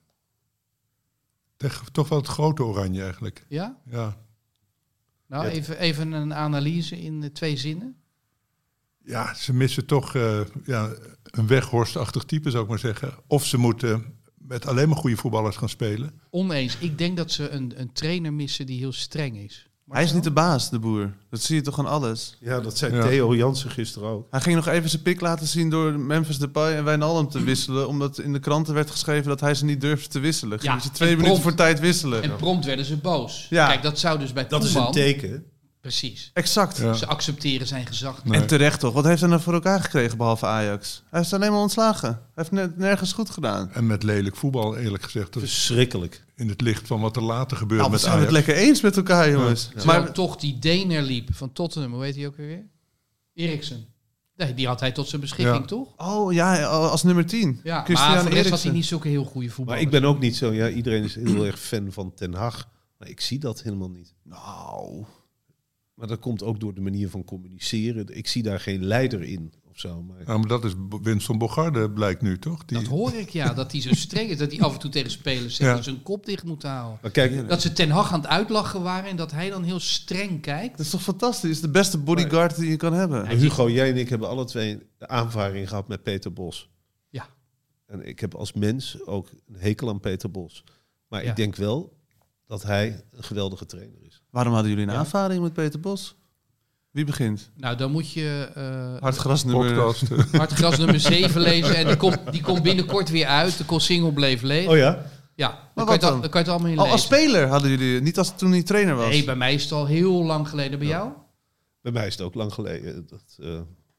Toch, toch wel het grote oranje eigenlijk. Ja? Ja, Nou, Ja, even, even een analyse in eh, twee zinnen. ja ze missen toch eh, ja, een weghorstachtig type, zou ik maar zeggen. Of ze moeten met alleen maar goede voetballers gaan spelen. Oneens. Ik denk dat ze een, een trainer missen die heel streng is. Hij is niet de baas, de boer. Dat zie je toch aan alles. ja, dat zei Ja. Theo Jansen gisteren ook. Hij ging nog even zijn pik laten zien door Memphis Depay en Wijnaldum te wisselen. Omdat in de kranten werd geschreven dat hij ze niet durfde te wisselen. Ging Ja, ze twee en minuten prompt- voor tijd wisselen. En prompt werden ze boos. Ja. Kijk, dat zou dus bij Dat is Koeman... een teken. Precies. Exact. Ja. Ze accepteren zijn gezag. Nee. En terecht toch. Wat heeft hij nou voor elkaar gekregen behalve Ajax? Hij is alleen maar ontslagen. Hij heeft net nergens goed gedaan. En met lelijk voetbal, eerlijk gezegd. Dat is Verschrikkelijk. in het licht van wat er later gebeurde Nou, we met zijn het Ajax. lekker eens met elkaar, jongens. Terwijl Maar toch die Deen liep van Tottenham, hoe heet hij ook weer? Eriksen. Nee, die had hij tot zijn beschikking, Ja. toch? oh ja, als nummer tien. Ja, Christian maar voor de rest had Eriksen. hij niet zulke heel goede voetbal. Maar ik ben ook niet zo... Ja, iedereen is heel erg fan van Ten Hag. Maar ik zie dat helemaal niet. Nou, Maar dat komt ook door de manier van communiceren. Ik zie daar geen leider in of zo. Maar Nou, maar dat is Wins van Bogarde, blijkt nu toch? Die, Dat hoor ik, ja. Dat hij zo streng is. Dat hij af en toe tegen spelers zegt Ja. dat ze hun kop dicht moeten houden. Maar kijk, Dat ze Ten Hag aan het uitlachen waren en dat hij dan heel streng kijkt. dat is toch fantastisch? De beste bodyguard die je kan hebben. Hugo, jij en ik hebben alle twee de aanvaring gehad met Peter Bos. Ja. En ik heb als mens ook een hekel aan Peter Bos. Maar Ja. ik denk wel dat hij een geweldige trainer is. Waarom hadden jullie een Ja. aanvaring met Peter Bos? Wie begint? Nou, dan moet je uh, Hartgras nummer... podcast. Hartgras nummer zeven lezen. En die komt, die komt binnenkort weer uit. De single bleef leeg. Oh ja? Ja, dan wat kan, je het, al- dan? dan kan je het allemaal in Oh, lezen. als speler hadden jullie, niet als toen hij trainer was. Nee, bij mij is het al heel lang geleden. Bij jou? Bij mij is het ook lang geleden. Dat, eh,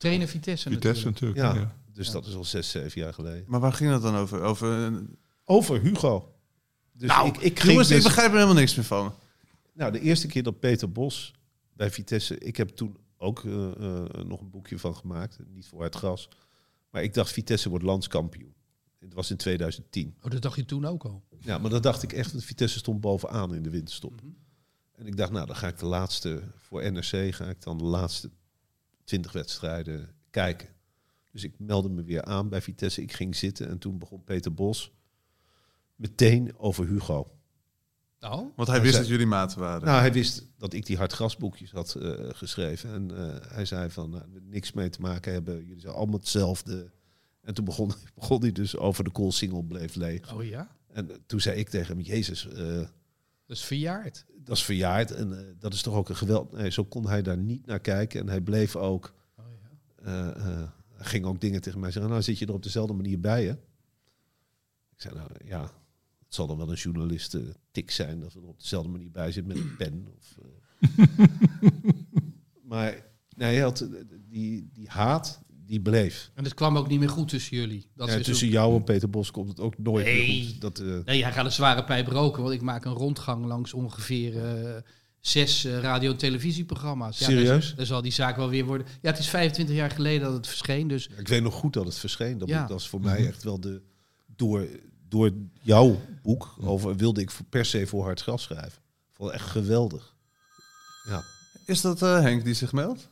Trainer Vitesse, Vitesse natuurlijk. natuurlijk. Ja, Ja. dus Ja. dat is al zes, zeven jaar geleden. Maar waar ging dat dan over? Over een... Over Hugo. Dus nou, ik, ik ging jongens, dus- ik begrijp er helemaal niks meer van. Nou, de eerste keer dat Peter Bos bij Vitesse... Ik heb toen ook uh, uh, nog een boekje van gemaakt. Niet voor het gras. Maar ik dacht, Vitesse wordt landskampioen. Het was in tweeduizend tien. Oh, dat dacht je toen ook al. Ja, maar dat dacht ik echt. Want Vitesse stond bovenaan in de winterstop. Mm-hmm. En ik dacht, nou, dan ga ik de laatste... Voor N R C ga ik dan de laatste twintig wedstrijden kijken. Dus ik meldde me weer aan bij Vitesse. Ik ging zitten en toen begon Peter Bos meteen over Hugo. Oh, Want hij Hij wist zei- dat jullie maten waren. Nou, hij wist dat ik die hardgrasboekjes had uh, geschreven. En uh, hij zei van, nou, niks mee te maken hebben. Jullie zijn allemaal hetzelfde. En toen begon, begon hij dus over de Koolsingel bleef leeg. oh ja? En uh, toen zei ik tegen hem, Jezus, uh, Dat is verjaard. dat is verjaard. En uh, dat is toch ook een geweld. Nee, zo kon hij daar niet naar kijken. En hij bleef ook... Oh, ja. Uh, uh, hij ging ook dingen tegen mij zeggen. Nou, zit je er op dezelfde manier bij, hè? Ik zei, nou ja, het zal dan wel een journalisten tik zijn... dat we er op dezelfde manier bij zitten met een pen. Of, uh. maar nee, hij had, die, die haat, die bleef. En het kwam ook niet meer goed tussen jullie. Dat Ja, is tussen ook... jou en Peter Bos komt het ook nooit Nee. meer goed. Dat, uh, Nee, hij gaat een zware pijp roken, want ik maak een rondgang langs ongeveer uh, zes uh, radio- en televisieprogramma's. Ja, Serieus? Dan, dan zal die zaak wel weer worden... Ja, het is vijfentwintig jaar geleden dat het verscheen, dus... ik weet nog goed dat het verscheen. Dat, Ja. dat is voor mij echt wel de... Door, door jouw boek over wilde ik per se voor Hard Gras schrijven. Ik vond het echt geweldig. Ja. Is dat uh, Henk die zich meldt?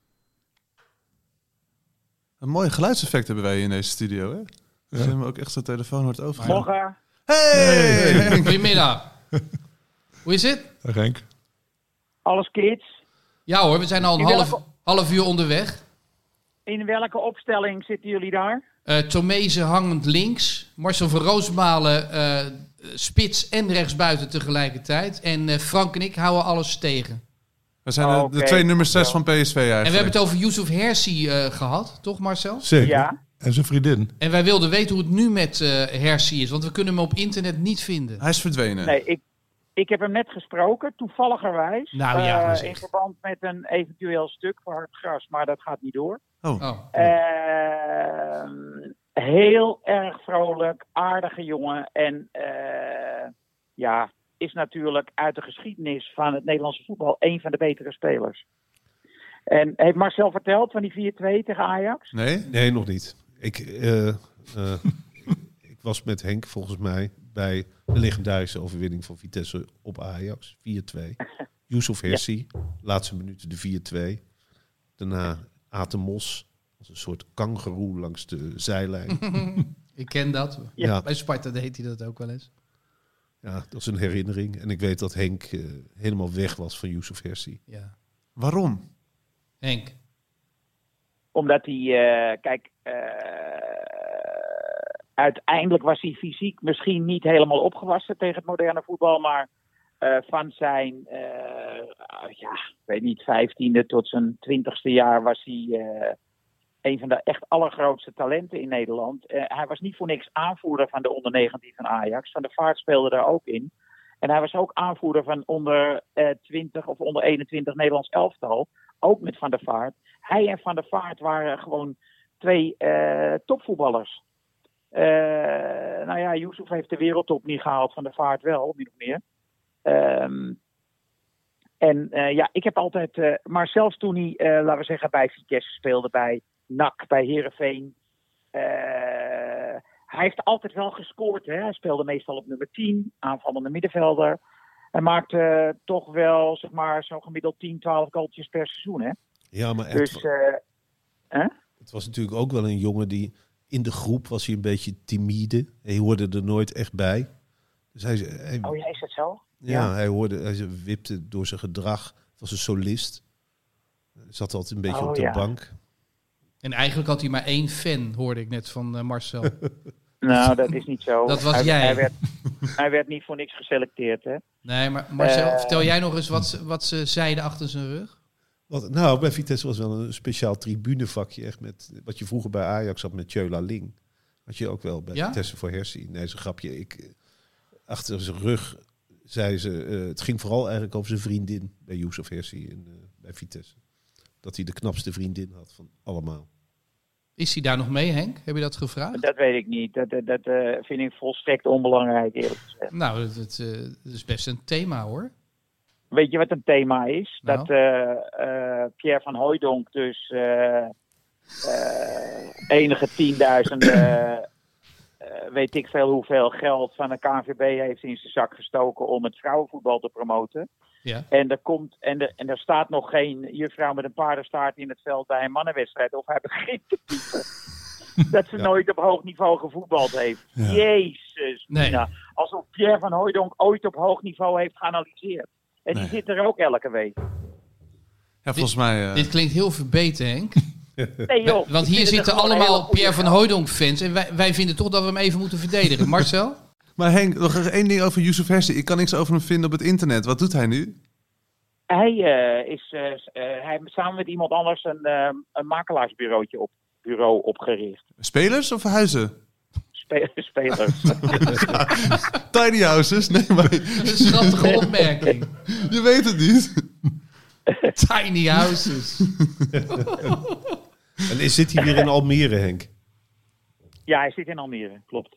Een mooi geluidseffect hebben wij in deze studio, hè? Dus hebben we ook echt zo'n telefoon hoort overgaan. Morgen. Hey! Hey, goedemiddag. Hoe is het? Renk. Alles kids. Ja hoor, we zijn al een In half, welke- half uur onderweg. In welke opstelling zitten jullie daar? Uh, Tomezen hangend links. Marcel van Roosmalen uh, spits en rechtsbuiten tegelijkertijd. En uh, Frank en ik houden alles tegen. We zijn de, Oh, de oké. twee nummer zes Ja. van P S V eigenlijk. En we hebben het over Yusuf Hersi uh, gehad, toch Marcel? Zeker. Ja. En zijn vriendin. En wij wilden weten hoe het nu met uh, Hersi is. Want we kunnen hem op internet niet vinden. Hij is verdwenen. Nee, ik, ik heb hem net gesproken, toevalligerwijs. Nou ja, eh, maar zeg. in verband met een eventueel stuk voor Hard Gras, maar dat gaat niet door. Oh. Oh. Eh, heel erg vrolijk, aardige jongen. En eh, ja, is natuurlijk uit de geschiedenis van het Nederlandse voetbal een van de betere spelers. En heeft Marcel verteld van die vier twee tegen Ajax? Nee? Nee, nog niet. Ik, uh, uh, ik was met Henk volgens mij bij de legendarische overwinning van Vitesse op Ajax. vier twee. Yusuf Hersi, laatste minuten de vier twee. Daarna Aten Mos als een soort kangoeroe langs de zijlijn. Ik ken dat. Ja. Bij Sparta deed hij dat ook wel eens. Ja, dat is een herinnering. En ik weet dat Henk uh, helemaal weg was van Yusuf Hersi. Ja. Waarom? Henk. Omdat hij, uh, kijk, uh, uiteindelijk was hij fysiek misschien niet helemaal opgewassen tegen het moderne voetbal, maar uh, van zijn, uh, uh, ja, ik weet niet, vijftiende tot zijn twintigste jaar was hij uh, een van de echt allergrootste talenten in Nederland. Uh, hij was niet voor niks aanvoerder van de onder negentien van Ajax. Van der Vaart speelde daar ook in. En hij was ook aanvoerder van onder uh, twintig of onder eenentwintig Nederlands elftal. Ook met Van der Vaart. Hij en Van der Vaart waren gewoon twee uh, topvoetballers. Uh, nou ja, Yusuf heeft de wereldtop niet gehaald, Van der Vaart wel, min of meer. Um, en uh, ja, ik heb altijd... Uh, maar zelfs toen hij, uh, laten we zeggen, bij Vitesse speelde, bij N A C, bij Heerenveen... Uh, hij heeft altijd wel gescoord. Hè? Hij speelde meestal op nummer tien, aanvallende middenvelder. Hij maakte uh, toch wel, zeg maar, zo'n gemiddeld tien, twaalf goaltjes per seizoen, hè? Ja, maar Dus, het, uh, hè? het was natuurlijk ook wel een jongen die... In de groep was hij een beetje timide. Hij hoorde er nooit echt bij. Dus hij, hij, Oh ja, is dat zo? ja, Ja. hij, hoorde, hij wipte door zijn gedrag. Het was een solist. Hij zat altijd een beetje Oh, op de ja. bank. En eigenlijk had hij maar één fan, hoorde ik net van uh, Marcel. Nou, dat is niet zo. Dat was hij, jij. Hij werd, hij werd niet voor niks geselecteerd, hè? Nee, maar Marcel, Uh, vertel jij nog eens wat ze, wat ze zeiden achter zijn rug? Wat, nou, bij Vitesse was wel een speciaal tribunevakje. Echt met, wat je vroeger bij Ajax had met Tjöla Ling. Had je ook wel bij Ja? Vitesse voor Hersi. Nee, zo'n grapje. Ik, achter zijn rug zei ze... Uh, het ging vooral eigenlijk over zijn vriendin bij Yusuf Hersi in, uh, bij Vitesse. Dat dat hij de knapste vriendin had van allemaal. Is hij daar nog mee, Henk? Heb je dat gevraagd? Dat weet ik niet. Dat, dat, dat uh, vind ik volstrekt onbelangrijk, eerlijk gezegd. Nou, dat, dat, uh, dat is best een thema, hoor. Weet je wat een thema is? Nou. Dat uh, uh, Pierre van Hooijdonk dus uh, uh, enige tienduizenden, uh, weet ik veel hoeveel geld van de K N V B heeft in zijn zak gestoken om het vrouwenvoetbal te promoten. Ja. En er komt en, de, en er staat nog geen juffrouw met een paardenstaart in het veld bij een mannenwedstrijd. Of hij begint te piepen. Dat ze ja. nooit op hoog niveau gevoetbald heeft. Ja. Jezus. Nee. Mina. Alsof Pierre van Hooijdonk ooit op hoog niveau heeft geanalyseerd. En die nee. zit er ook elke week. Ja, volgens dit, mij... Uh... Dit klinkt heel verbeten, Henk. Nee, joh. Want hier zitten allemaal Pierre van Hooijdonk fans. En wij, wij vinden toch dat we hem even moeten verdedigen. Marcel? Maar Henk, nog één ding over Youssouf Hesje. Ik kan niks over hem vinden op het internet. Wat doet hij nu? Hij uh, is uh, uh, hij heeft samen met iemand anders een, uh, een makelaarsbureautje op, bureau opgericht. Spelers of huizen? Spe- spelers. Tiny houses? Nee, maar... Dat is een schattige opmerking. Je weet het niet. Tiny houses. En zit hij weer in Almere, Henk? Ja, hij zit in Almere, klopt.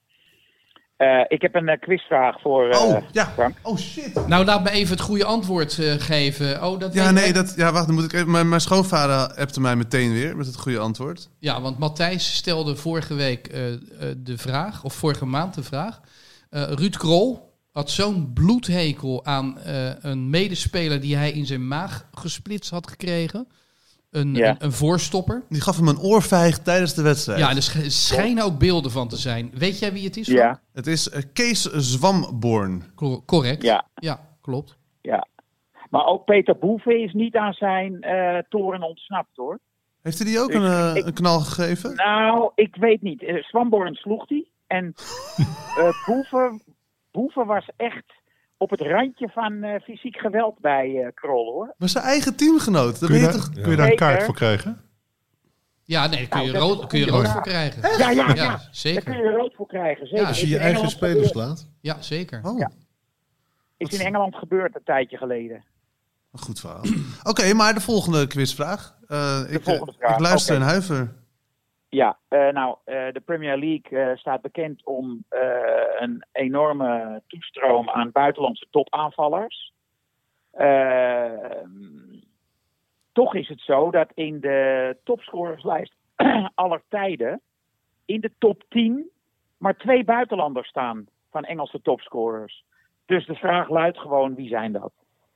Uh, ik heb een uh, quizvraag voor uh, oh, ja. Frank. Oh, shit. Nou, laat me even het goede antwoord uh, geven. Oh, dat ja, nee, dat, ja, wacht, dan moet ik even... Mijn, mijn schoonvader appte mij meteen weer met het goede antwoord. Ja, want Matthijs stelde vorige week uh, uh, de vraag, of vorige maand de vraag. Uh, Ruud Krol had zo'n bloedhekel aan uh, een medespeler die hij in zijn maag gesplitst had gekregen. Een, ja. een, een voorstopper. Die gaf hem een oorvijg tijdens de wedstrijd. Ja, er sch- schijnen ook beelden van te zijn. Weet jij wie het is? Ja. Het is uh, Kees Zwamborn. Co- correct. Ja. Ja, klopt. Ja. Maar ook Peter Boeve is niet aan zijn uh, toren ontsnapt, hoor. Heeft hij die ook dus, een, uh, ik, een knal gegeven? Nou, ik weet niet. Uh, Zwamborn sloeg die. En uh, Boeve, Boeve was echt... op het randje van uh, fysiek geweld bij uh, Krol, hoor. Maar zijn eigen teamgenoot. Kun je, daar, toch... kun je daar een kaart voor krijgen? Ja, nee, daar kun je nou, rood, kun je rood voor krijgen. Ja, ja, ja, ja, zeker. Daar kun je rood voor krijgen, zeker. Ja, als je je eigen spelers laat. Ja, zeker. Oh. Ja. Is in Engeland gebeurd een tijdje geleden. Een goed verhaal. Oké, okay, maar de volgende quizvraag. Uh, de ik, volgende vraag. Ik luister okay. en huiver. Ja, uh, nou, uh, de Premier League uh, staat bekend om uh, een enorme toestroom aan buitenlandse topaanvallers. Uh, toch is het zo dat in de topscorerslijst aller tijden in de top tien maar twee buitenlanders staan van Engelse topscorers. Dus de vraag luidt gewoon, wie zijn dat?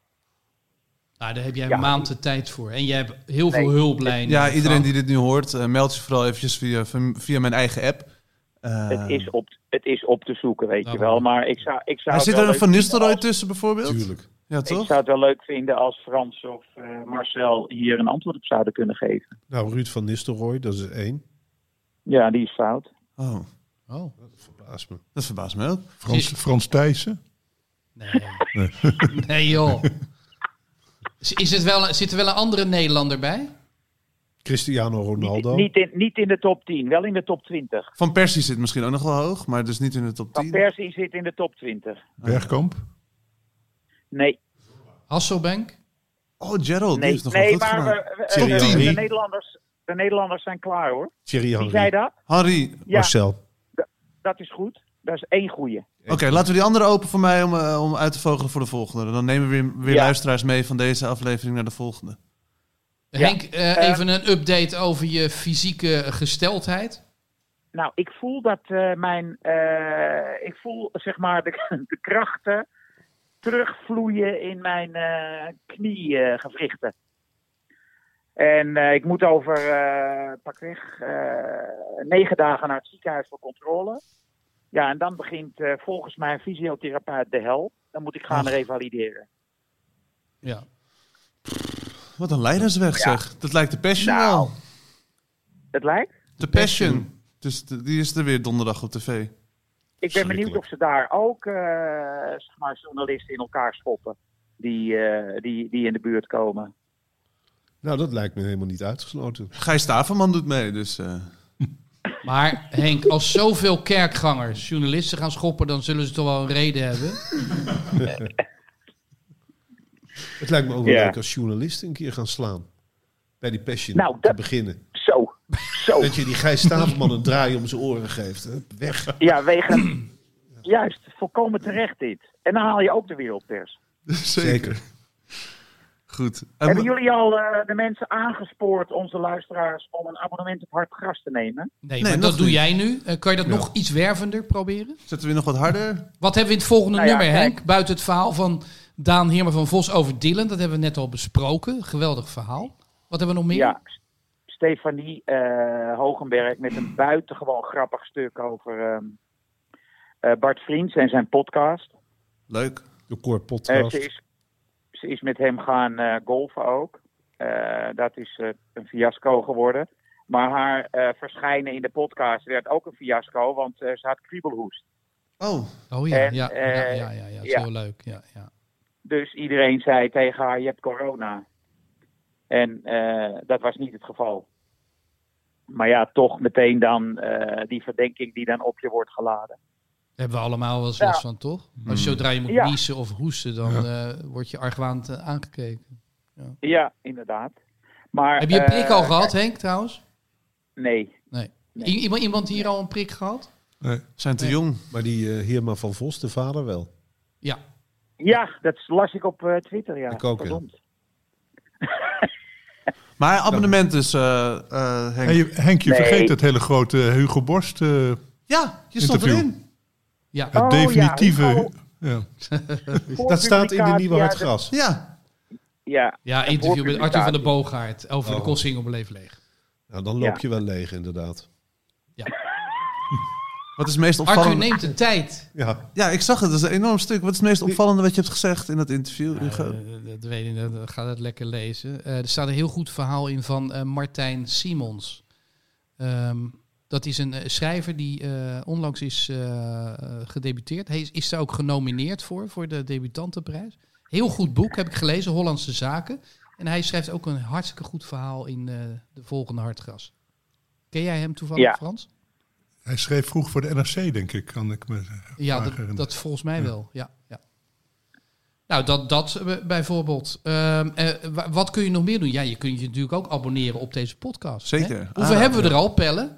Nou, daar heb jij ja. een maand de tijd voor. En je hebt heel veel nee. hulplijnen. Ja, iedereen die dit nu hoort, uh, meld je vooral eventjes via, via mijn eigen app. Uh, het, is op, het is op te zoeken, weet nou, je wel. Maar ik zou, ik zou maar zit er een Van Nistelrooy als... tussen bijvoorbeeld? Tuurlijk. Ja, toch? Ik zou het wel leuk vinden als Frans of uh, Marcel hier een antwoord op zouden kunnen geven. Nou, Ruud van Nistelrooy, dat is één. Ja, die is fout. Oh. Oh. Dat verbaast me. Dat verbaast me ook. Frans, Frans Thijssen? Nee. Nee. Nee, joh. Is het wel, zit er wel een andere Nederlander bij? Cristiano Ronaldo? Niet, niet, in, niet in de top tien, wel in de top twintig. Van Persie zit misschien ook nog wel hoog, maar dus niet in de top tien. Van Persie zit in de top twintig. Bergkamp? Nee. Hasselbank? Oh, Gerald, nee. die is nog nee, wel goed maar gedaan. we, uh, de, de, Nederlanders, de Nederlanders zijn klaar, hoor. Thierry Henry. Wie zei dat? Henry. Ja, Marcel. D- dat is goed. Dat is één goeie. Oké, okay, laten we die andere open voor mij om, uh, om uit te vogelen voor de volgende. Dan nemen we weer, weer ja. luisteraars mee van deze aflevering naar de volgende. Henk, ja. uh, even uh, een update over je fysieke gesteldheid. Nou, ik voel dat uh, mijn... Uh, ik voel, zeg maar, de, de krachten terugvloeien in mijn uh, kniegewrichten. Uh, en uh, ik moet over uh, pakweg uh, negen dagen naar het ziekenhuis voor controle. Ja, en dan begint uh, volgens mijn fysiotherapeut de hel. Dan moet ik gaan Ach. revalideren. Ja. Wat een leidersweg, ja. zeg. Dat lijkt de Passion nou, wel. Het lijkt? De Passion. Passion. Dus de, die is er weer donderdag op tv. Ik ben benieuwd of ze daar ook uh, zeg maar journalisten in elkaar schoppen. Die, uh, die, die in de buurt komen. Nou, dat lijkt me helemaal niet uitgesloten. Gijs Staverman doet mee, dus... Uh... Maar Henk, als zoveel kerkgangers journalisten gaan schoppen, dan zullen ze toch wel een reden hebben? Het lijkt me ook wel ja. leuk als journalisten een keer gaan slaan. bij die Passion Nou, te dat- beginnen. Zo, zo. Dat je die Gijs Staverman een draai om zijn oren geeft. Hè? Weg. Ja, wegen... Juist, volkomen terecht dit. En dan haal je ook de wereldpers. Zeker. Goed. Hebben jullie al uh, de mensen aangespoord, onze luisteraars, om een abonnement op Hartgras te nemen? Nee, Nee, maar nog dat doe niet. jij nu. Uh, kan je dat Ja. nog iets wervender proberen? Zetten we nog wat harder? Wat hebben we in het volgende Nou ja, nummer, kijk. Henk? Buiten het verhaal van Daan Heerma van Vos over Dylan. Dat hebben we net al besproken. Geweldig verhaal. Wat hebben we nog meer? Ja, Stefanie uh, Hogenberg met een buitengewoon grappig stuk over um, uh, Bart Vriends en zijn podcast. Leuk. De Core Uh, Podcast. ze, is, ze is met hem gaan uh, golfen ook. Uh, dat is uh, een fiasco geworden. Maar haar uh, verschijnen in de podcast werd ook een fiasco, want uh, ze had kriebelhoest. Oh, Oh ja, En, ja, eh, ja, ja, ja, ja. Dat is ja. heel leuk. Ja, ja. Dus iedereen zei tegen haar, je hebt corona. En uh, dat was niet het geval. Maar ja, toch meteen dan uh, die verdenking die dan op je wordt geladen. Daar hebben we allemaal wel eens Ja. last van, toch? Als zodra je moet Ja. niezen of hoesten, dan uh, word je argwaand uh, aangekeken. Ja, inderdaad. Maar, Heb je een prik al uh, gehad, Henk, trouwens? Nee. Nee. Nee. I- iemand, iemand hier al een prik gehad? Nee. zijn te Nee. jong. Maar die uh, Heerma van Vos, de vader, wel. Ja. Ja, dat las ik op uh, Twitter, ja. Ik ook, ja. Verdomd. Maar abonnement dus, uh, uh, Henk. En je, Henk, je Nee. vergeet het hele grote Hugo Borst, uh, Ja, je stond Interview. erin. Ja. het Oh, definitieve... ja, Hugo. Ja. Dat staat in de nieuwe Ja, Hartgras. Ja. Ja, Ja, een interview met Arthur van der voorpublicatie. Boogaard over de Oh. Koolsingel beleef leeg. Nou, dan loop Ja. je wel leeg, inderdaad. Wat is het meest Arthur opvallende? neemt de tijd. Ja, Ja, ik zag het. Dat is een enorm stuk. Wat is het meest opvallende wat je hebt gezegd in dat interview, Hugo? Uh, dat weet ik niet, dat gaat het lekker lezen. Uh, er staat een heel goed verhaal in van uh, Martijn Simons. Um, dat is een uh, schrijver die uh, onlangs is uh, uh, gedebuteerd. Hij is, is daar ook genomineerd voor, voor de debutantenprijs. Heel goed boek, heb ik gelezen, Hollandse Zaken. En hij schrijft ook een hartstikke goed verhaal in uh, de volgende Hartgras. Ken jij hem toevallig, Ja. Frans? Hij schreef vroeg voor de N R C, denk ik. Kan ik me Ja, vaak dat, herinneren. dat volgens mij Ja. wel. Ja, ja. Nou, dat, dat uh, bijvoorbeeld. Um, uh, wa- wat kun je nog meer doen? Ja, je kunt je natuurlijk ook abonneren op deze podcast. Zeker. Hè? Hoeveel Ah, hebben we ja. er al, Pellen?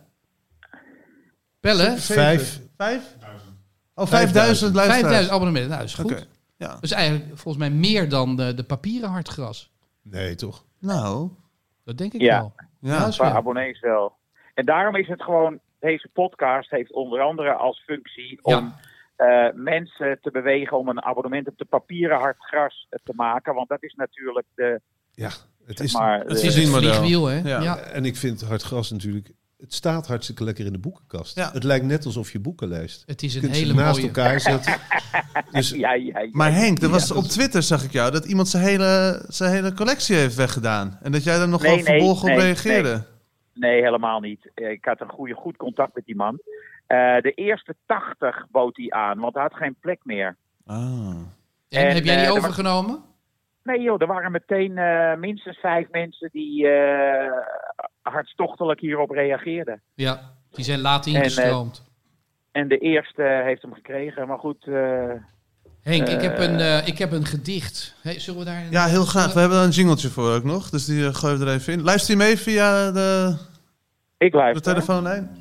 Pellen? vijf. Vijf? Oh, vijfduizend luisteraars. vijfduizend abonnementen. Nou, dat is goed. Oké. Ja. Dat is eigenlijk volgens mij meer dan de, de papieren Hartgras. Nee, toch? Nou, Dat denk ik Ja. wel. ja. dat is Qua wel. abonnees wel. En daarom is het gewoon, deze podcast heeft onder andere als functie Ja. om uh, mensen te bewegen om een abonnement op de papieren Hartgras te maken. Want dat is natuurlijk de, Ja, het zeg is... maar, Het de- is het verdienmodel. vliegwiel, hè? Ja. Ja. En ik vind Hartgras natuurlijk... Het staat hartstikke lekker in de boekenkast. Ja. Het lijkt net alsof je boeken leest. Het is Je een kunt ze hele naast mooie... elkaar zetten. Dus ja, ja, ja. Maar Henk, er was Ja, op dat is- Twitter, zag ik jou, dat iemand zijn hele, zijn hele collectie heeft weggedaan. En dat jij daar nog Nee, wel nee, verbolgen op nee, reageerde. Nee, helemaal niet. Eh, Ik had een goede, goed contact met die man. Uh, de eerste tachtig bood hij aan, want hij had geen plek meer. Ah. En, En, heb jij die eh, er was- overgenomen? Nee joh, er waren meteen uh, minstens vijf mensen die uh, hartstochtelijk hierop reageerden. Ja, die zijn laat eh, ingestroomd. En de eerste heeft hem gekregen, maar goed... Uh, Henk, ik, heb eh, een, uh, ik heb een gedicht. Hey, zullen we daar... Ja, heel graag. We hebben er een jingletje voor ook nog. Dus die uh, gooien we er even in. Luister je mee via de, ik de luister. telefoonlijn?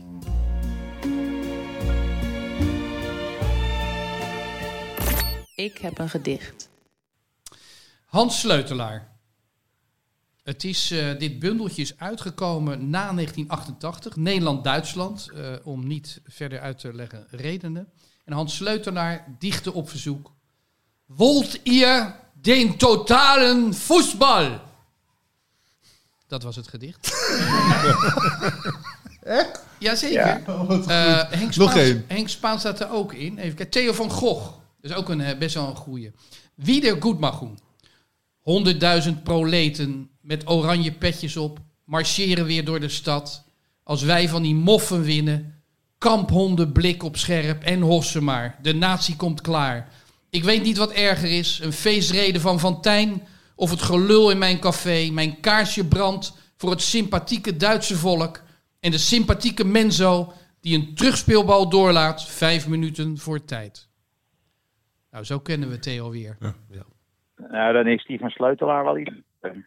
Ik heb een gedicht. Hans Sleutelaar. Het is, uh, dit bundeltje is uitgekomen na negentien achtentachtig. Nederland-Duitsland. Uh, om niet verder uit te leggen redenen. En Hans Sleutelaar dichtte op verzoek. Wollt ihr den totalen Fußball? Dat was het gedicht. Echt? Jazeker. Ja. Uh, Henk, Nog Spaan, één. Henk Spaan staat er ook in. Even kijken. Theo van Gogh. Dat is ook een, uh, best wel een goeie. Wieder Gutmachung. Honderdduizend proleten met oranje petjes op marcheren weer door de stad. Als wij van die moffen winnen. Kamphonden blik op scherp en hossen maar. De natie komt klaar. Ik weet niet wat erger is. Een feestreden van Van Tijn of het gelul in mijn café. Mijn kaarsje brandt voor het sympathieke Duitse volk. En de sympathieke Menzo die een terugspeelbal doorlaat. Vijf minuten voor tijd. Nou, zo kennen we Theo weer. Nou, dan is die van Sleutelaar wel iets. Krijg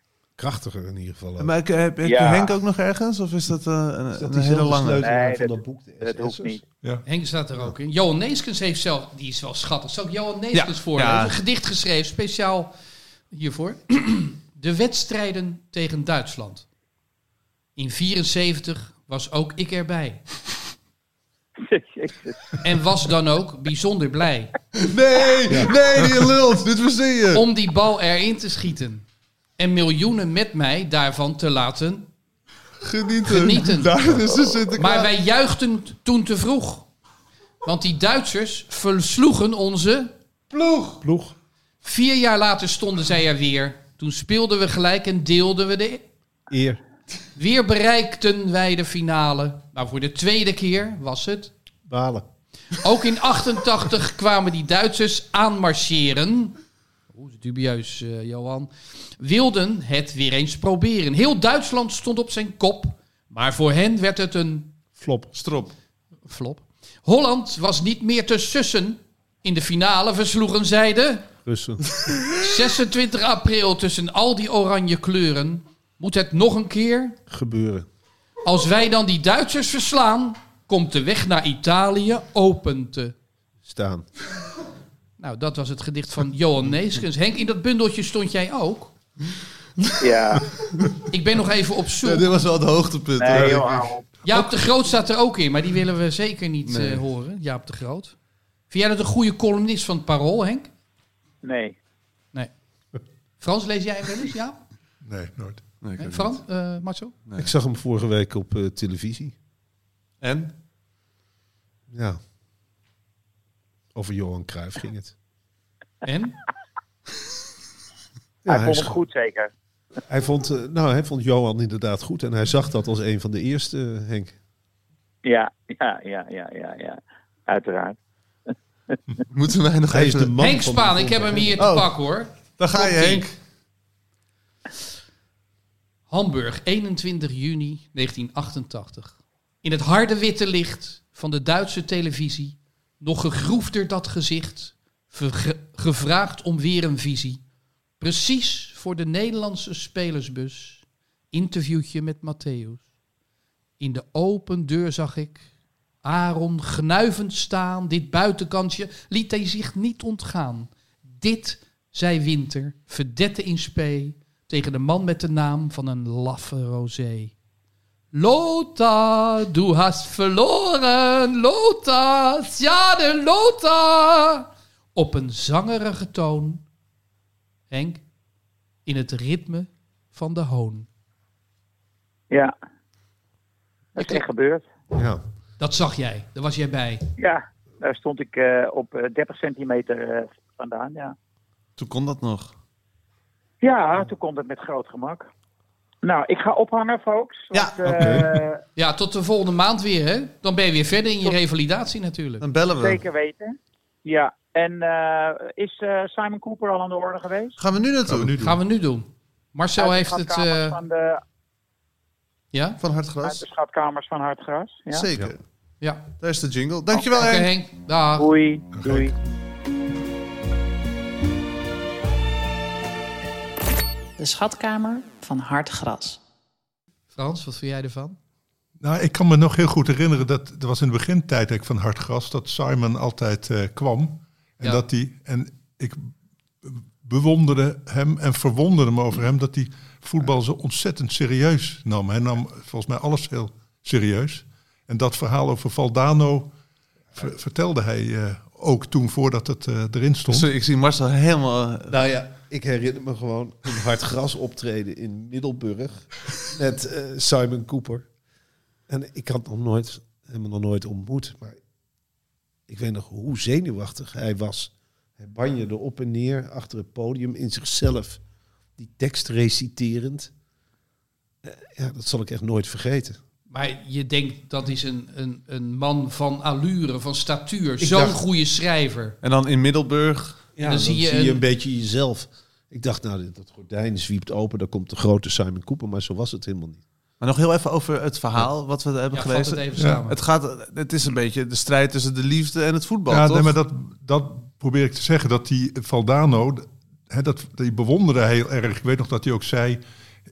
krachtiger in ieder geval. Ook. Maar heb, heb je Ja. Henk ook nog ergens? Of is dat uh, een, Is dat een hele diezelfde lange? sleutelaar Nee, van dat- dat boek? De Dat hoeft S S'ers? niet. Ja. Henk staat er ook in. Johan Neeskens heeft zelf, die is wel schattig. Zal ik Johan Neeskens Ja. voorlezen? Ja. Een gedicht geschreven, speciaal hiervoor. De wedstrijden tegen Duitsland. In vierenzeventig was ook ik erbij. Jezus. En was dan ook bijzonder blij Nee, nee, die lult. Dit verzin je. om die bal erin te schieten. En miljoenen met mij daarvan te laten. Genieten. Genieten. Daar is de Sinterklaas. Maar wij juichten toen te vroeg. Want die Duitsers versloegen onze... Ploeg. Ploeg. Vier jaar later stonden zij er weer. Toen speelden we gelijk en deelden we de... Eer. Weer bereikten wij de finale. Maar voor de tweede keer was het... Balen. Ook in achtentachtig kwamen die Duitsers aanmarcheren. Oeh, dubieus, uh, Johan. Wilden het weer eens proberen. Heel Duitsland stond op zijn kop. Maar voor hen werd het een Flop. Strop. flop. Holland was niet meer te sussen. In de finale versloegen zij de... Russen. zesentwintig april tussen al die oranje kleuren. Moet het nog een keer? Gebeuren. Als wij dan die Duitsers verslaan, komt de weg naar Italië open te... Staan. Nou, dat was het gedicht van Johan Neeskens. Henk, in dat bundeltje stond jij ook. Ja. Ik ben nog even op zoek. Ja, dit was wel het hoogtepunt. Nee, hoor. joh, hou op. Jaap de Groot staat er ook in, maar die willen we zeker niet Nee. eh, horen. Jaap de Groot. Vind jij dat een goede columnist van het Parool, Henk? Nee. Nee. Frans, lees jij hem wel eens, Jaap? Nee, nooit. Nee, ik Nee, weet Frans, niet. uh, Marcel? Nee. Ik zag hem vorige week op uh, televisie. En? Ja. Over Johan Cruijff ging het. En? Ja, Hij vond sch- het goed, zeker. Hij vond, uh, nou, hij vond Johan inderdaad goed. En hij zag dat als een van de eerste, uh, Henk. Ja, ja, ja, ja, ja, ja. Uiteraard. Moeten wij nog Hij is even... de man Henk van Spaan, de ik heb hem hier te Oh. pakken, hoor. Daar ga je, Komt-ie. Henk. Hamburg, eenentwintig juni negentien achtentachtig. In het harde witte licht van de Duitse televisie, nog gegroefder dat gezicht, verge- gevraagd om weer een visie. Precies voor de Nederlandse spelersbus, interviewtje met Matthäus. In de open deur zag ik Aaron gnuivend staan. Dit buitenkantje liet hij zich niet ontgaan. Dit, zei Winter, verdette in spee tegen de man met de naam van een laffe rosé. Lothar, du hast verloren, Lothar, ja de Lothar. Op een zangerige toon, Henk, in het ritme van de hoon. Ja. Dat is echt gebeurd. Ja. Dat zag jij, daar was jij bij. Ja, daar stond ik uh, op uh, dertig centimeter uh, vandaan, ja. Toen kon dat nog. Ja, toen kon het met groot gemak. Nou, ik ga ophangen, folks. Ja, want, uh, oké. Ja, tot de volgende maand weer, hè? Dan ben je weer verder in je Tot- revalidatie natuurlijk. Dan bellen we. Zeker weten. Ja, en uh, is uh, Simon Cooper al aan de orde geweest? Gaan we nu naartoe? Gaan we nu doen. Gaan we nu doen. Marcel Uit de heeft het... schatkamers eh, Van de, ja? Van uit de Hartgras? schatkamers van Hartgras. Ja? Zeker. Ja. Daar is de jingle. Dankjewel, Oké, Henk. Henk. Dag. Doei. Doei. De schatkamer van Hartgras. Frans, wat vind jij ervan? Nou, ik kan me nog heel goed herinneren dat er was in de begintijd eigenlijk van Hartgras dat Simon altijd uh, kwam en Ja. dat hij en ik bewonderde hem en verwonderde me over hem dat hij voetbal zo ontzettend serieus nam. Hij nam volgens mij alles heel serieus. En dat verhaal over Valdano ver- vertelde hij uh, ook toen voordat het uh, erin stond. Sorry, ik zie Marcel helemaal... uh, Nou ja, ik herinner me gewoon een Hartgras optreden in Middelburg met uh, Simon Cooper. En ik had nog nooit, helemaal nog nooit ontmoet, maar ik weet nog hoe zenuwachtig hij was. Hij banjerde op en neer achter het podium in zichzelf, die tekst reciterend. Uh, ja, dat zal ik echt nooit vergeten. Maar je denkt, dat is een, een, een man van allure, van statuur. Ik Zo'n dacht- goede schrijver. En dan in Middelburg. Ja, dan dan, zie zie je je, een- een beetje jezelf. Ik dacht, nou, dat gordijn zwiept open, daar komt de grote Simon Cooper, maar zo was het helemaal niet. Maar nog heel even over het verhaal wat we hebben Ja, vat gelezen. het even Ja. samen. Het gaat, het is een beetje de strijd tussen de liefde en het voetbal, Ja, toch? nee, maar dat, dat probeer ik te zeggen. Dat die Valdano, hè, dat, die bewonderde hij heel erg. Ik weet nog dat hij ook zei,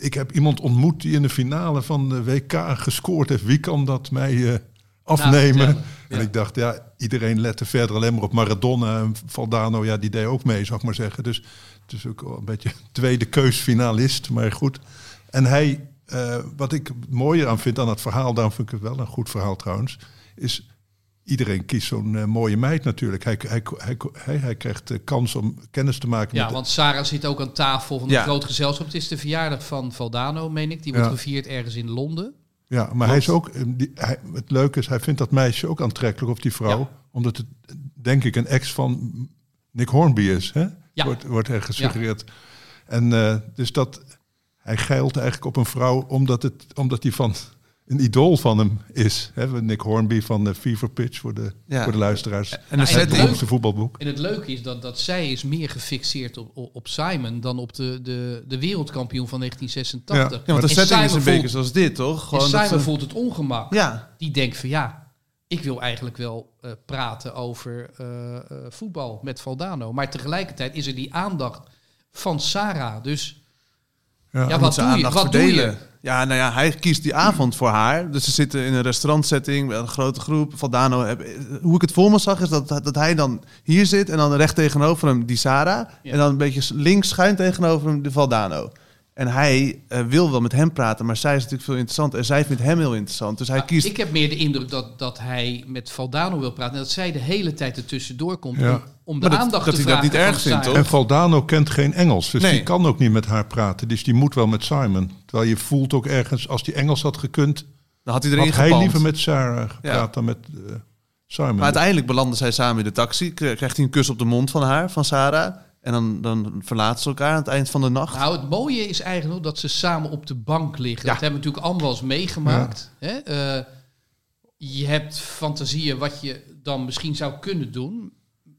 ik heb iemand ontmoet die in de finale van de W K gescoord heeft. Wie kan dat mij uh, afnemen? Nou, en ja. ik dacht, ja, iedereen lette verder alleen maar op Maradona. En Valdano, ja, die deed ook mee, zou ik maar zeggen. Dus het is ook wel een beetje tweede keusfinalist, maar goed. En hij, uh, wat ik mooier aan vind aan het verhaal, daarom vind ik het wel een goed verhaal trouwens, is iedereen kiest zo'n uh, mooie meid natuurlijk. Hij, hij, hij, hij, hij krijgt de kans om kennis te maken Ja, met... want Sarah zit ook aan tafel van een Ja. groot gezelschap. Het is de verjaardag van Valdano, meen ik. Die wordt Ja. gevierd ergens in Londen. Ja, maar hij is ook... Die, hij, het leuke is, hij vindt dat meisje ook aantrekkelijk, of die vrouw. Ja. Omdat het, denk ik, een ex van Nick Hornby is. Hè? Ja. Wordt, wordt er gesuggereerd. Ja. En uh, dus dat... Hij geilt eigenlijk op een vrouw omdat, het, omdat hij van... een idool van hem is. Hè? Nick Hornby van de Fever Pitch voor de, Ja. voor de luisteraars. En Nou, de en Het het beroemdste voetbalboek. En het leuke is dat, dat zij is meer gefixeerd op, op, op Simon dan op de, de, de wereldkampioen van negentien zesentachtig. Ja, want de En setting is Simon een beetje voelt- zoals dit, toch? en Gewoon dat Simon ze- voelt het ongemak. Ja, Die denkt van ja, ik wil eigenlijk wel uh, praten over uh, uh, voetbal met Valdano. Maar tegelijkertijd is er die aandacht van Sarah. Dus Ja. ja, moet wat ze doe je? aandacht Wat doe verdelen. je? Ja, nou ja, hij kiest die avond voor haar. Dus ze zitten in een restaurantsetting met een grote groep. Valdano, heb, hoe ik het voor me zag, is dat, dat hij dan hier zit en dan recht tegenover hem die Sarah. Ja. En dan een beetje links schuin tegenover hem de Valdano. En hij uh, wil wel met hem praten, maar zij is natuurlijk veel interessanter. En zij vindt hem heel interessant. Dus hij Nou, kiest... Ik heb meer de indruk dat, dat hij met Valdano wil praten. En dat zij de hele tijd er tussendoor komt Ja. om, om de Maar dat- aandacht dat te hij dat vragen. niet erg van vindt, Sarah. toch? En Valdano kent geen Engels, dus Nee. die kan ook niet met haar praten. Dus die moet wel met Simon. Terwijl je voelt ook ergens, als die Engels had gekund, Dan had hij erin had hij gepalmd. liever met Sarah gepraat Ja. dan met uh, Simon. Maar uiteindelijk belanden zij samen in de taxi. Krijgt hij een kus op de mond van haar, van Sarah. En dan, dan verlaten ze elkaar aan het eind van de nacht. Nou, het mooie is eigenlijk nog dat ze samen op de bank liggen. Ja. Dat hebben we natuurlijk allemaal wel eens meegemaakt. Hè? Uh, je hebt fantasieën wat je dan misschien zou kunnen doen.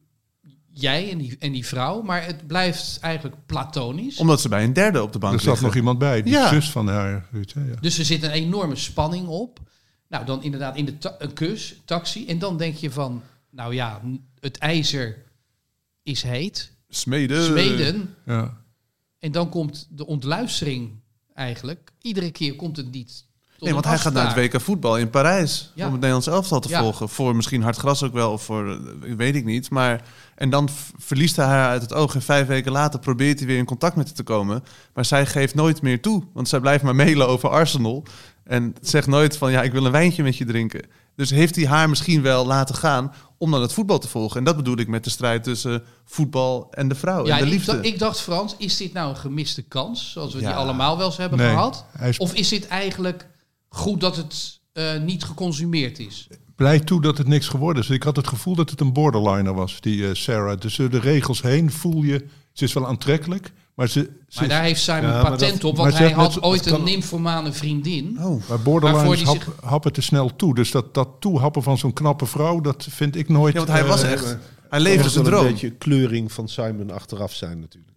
Jij en die, en die vrouw. Maar het blijft eigenlijk platonisch. Omdat ze bij een derde op de bank er zat liggen. nog iemand bij, die Ja. zus van haar. Weet je, ja. Dus er zit een enorme spanning op. Nou, dan inderdaad in de ta- een kus, taxi. En dan denk je van, nou ja, n- het ijzer is heet. Smeden. Smeden. Ja. En dan komt de ontluistering eigenlijk. Iedere keer komt het niet tot Nee, want een hij gaat naar het afspraak. W K voetbal in Parijs. Ja. Om het Nederlands elftal te Ja. volgen. Voor misschien hard gras ook wel. Of voor, eh, weet ik niet. Maar, en dan v- verliest hij haar uit het oog. En vijf weken later probeert hij weer in contact met haar te komen. Maar zij geeft nooit meer toe. Want zij blijft maar mailen over Arsenal. En zegt nooit van, ja, ik wil een wijntje met je drinken. Dus heeft hij haar misschien wel laten gaan om dan het voetbal te volgen. En dat bedoel ik met de strijd tussen voetbal en de vrouw. Ja, en de ik liefde. dacht, ik dacht, Frans, is dit nou een gemiste kans? Zoals we Ja. die allemaal wel eens hebben Nee, gehad? hij is Of is dit eigenlijk goed dat het uh, niet geconsumeerd is? blij toe dat het niks geworden is. Ik had het gevoel dat het een borderliner was, die uh, Sarah. Dus door de regels heen voel je, ze is wel aantrekkelijk, maar ze... ze Maar is- daar heeft Simon Ja, maar patent dat- op, maar want ze hij heeft net had zo- ooit dat kan- een nymphomane vriendin. Oh. Maar Waarvoor borderliners die hap, zich- happen te snel toe. Dus dat, dat toehappen van zo'n knappe vrouw, dat vind ik nooit... Ja, want hij eh, was echt... eh, Hij Dat leefde is zijn wel droom. een beetje kleuring van Simon achteraf zijn natuurlijk.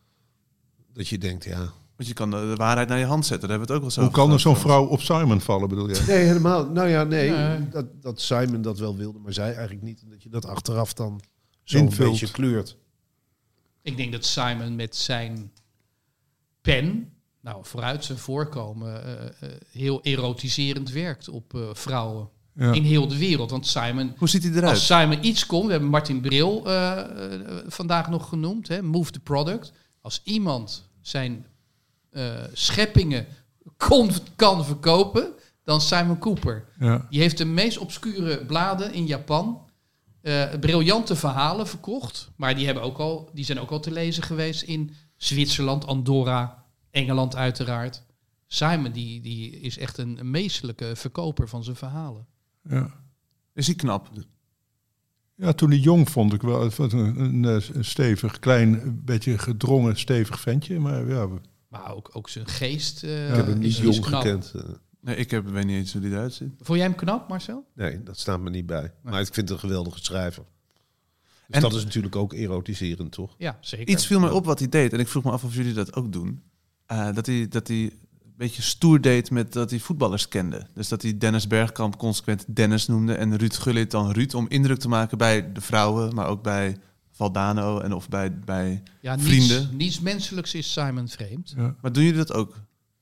Dat je denkt, ja... Want je kan de waarheid naar je hand zetten. Daar hebben we het ook wel zo Hoe kan er over zo'n gehad. vrouw op Simon vallen, bedoel je? Nee, helemaal. Nou ja, nee. Nee. Dat, dat Simon dat wel wilde, maar zij eigenlijk niet. En dat je dat achteraf dan zo'n Invult. beetje kleurt. Ik denk dat Simon met zijn pen, nou vooruit zijn voorkomen, uh, uh, heel erotiserend werkt op uh, vrouwen. Ja. In heel de wereld. Want Simon, Hoe ziet hij eruit? als Simon iets kon, we hebben Martin Bril uh, uh, vandaag nog genoemd, hè, Move the Product. Als iemand zijn uh, scheppingen kon, kan verkopen, dan Simon Cooper. Ja. Die heeft de meest obscure bladen in Japan. Uh, briljante verhalen verkocht. Maar die, hebben ook al, die zijn ook al te lezen geweest in Zwitserland, Andorra, Engeland uiteraard. Simon die, die is echt een, een meesterlijke verkoper van zijn verhalen. Ja. Is hij knap? Ja, toen hij jong vond ik wel het was een, een, een stevig, klein, een beetje gedrongen, stevig ventje. Maar ja, we- Maar ook, ook zijn geest uh, Ik heb hem niet is, is jong knap. gekend. eh. Nee, ik heb, weet niet eens hoe die eruit ziet. Vond jij hem knap, Marcel? Nee, dat staat me niet bij. Maar ik vind het een geweldige schrijver. Dus En- dat is natuurlijk ook erotiserend, toch? Ja, zeker. Iets viel mij op wat hij deed. En ik vroeg me af of jullie dat ook doen. Uh, dat hij dat hij een beetje stoer deed met dat hij voetballers kende. Dus dat hij Dennis Bergkamp consequent Dennis noemde. En Ruud Gullit dan Ruud. Om indruk te maken bij de vrouwen. Maar ook bij Valdano. En of bij, bij ja, vrienden. niets, niets menselijks is Simon vreemd. ja. Maar doen jullie dat ook?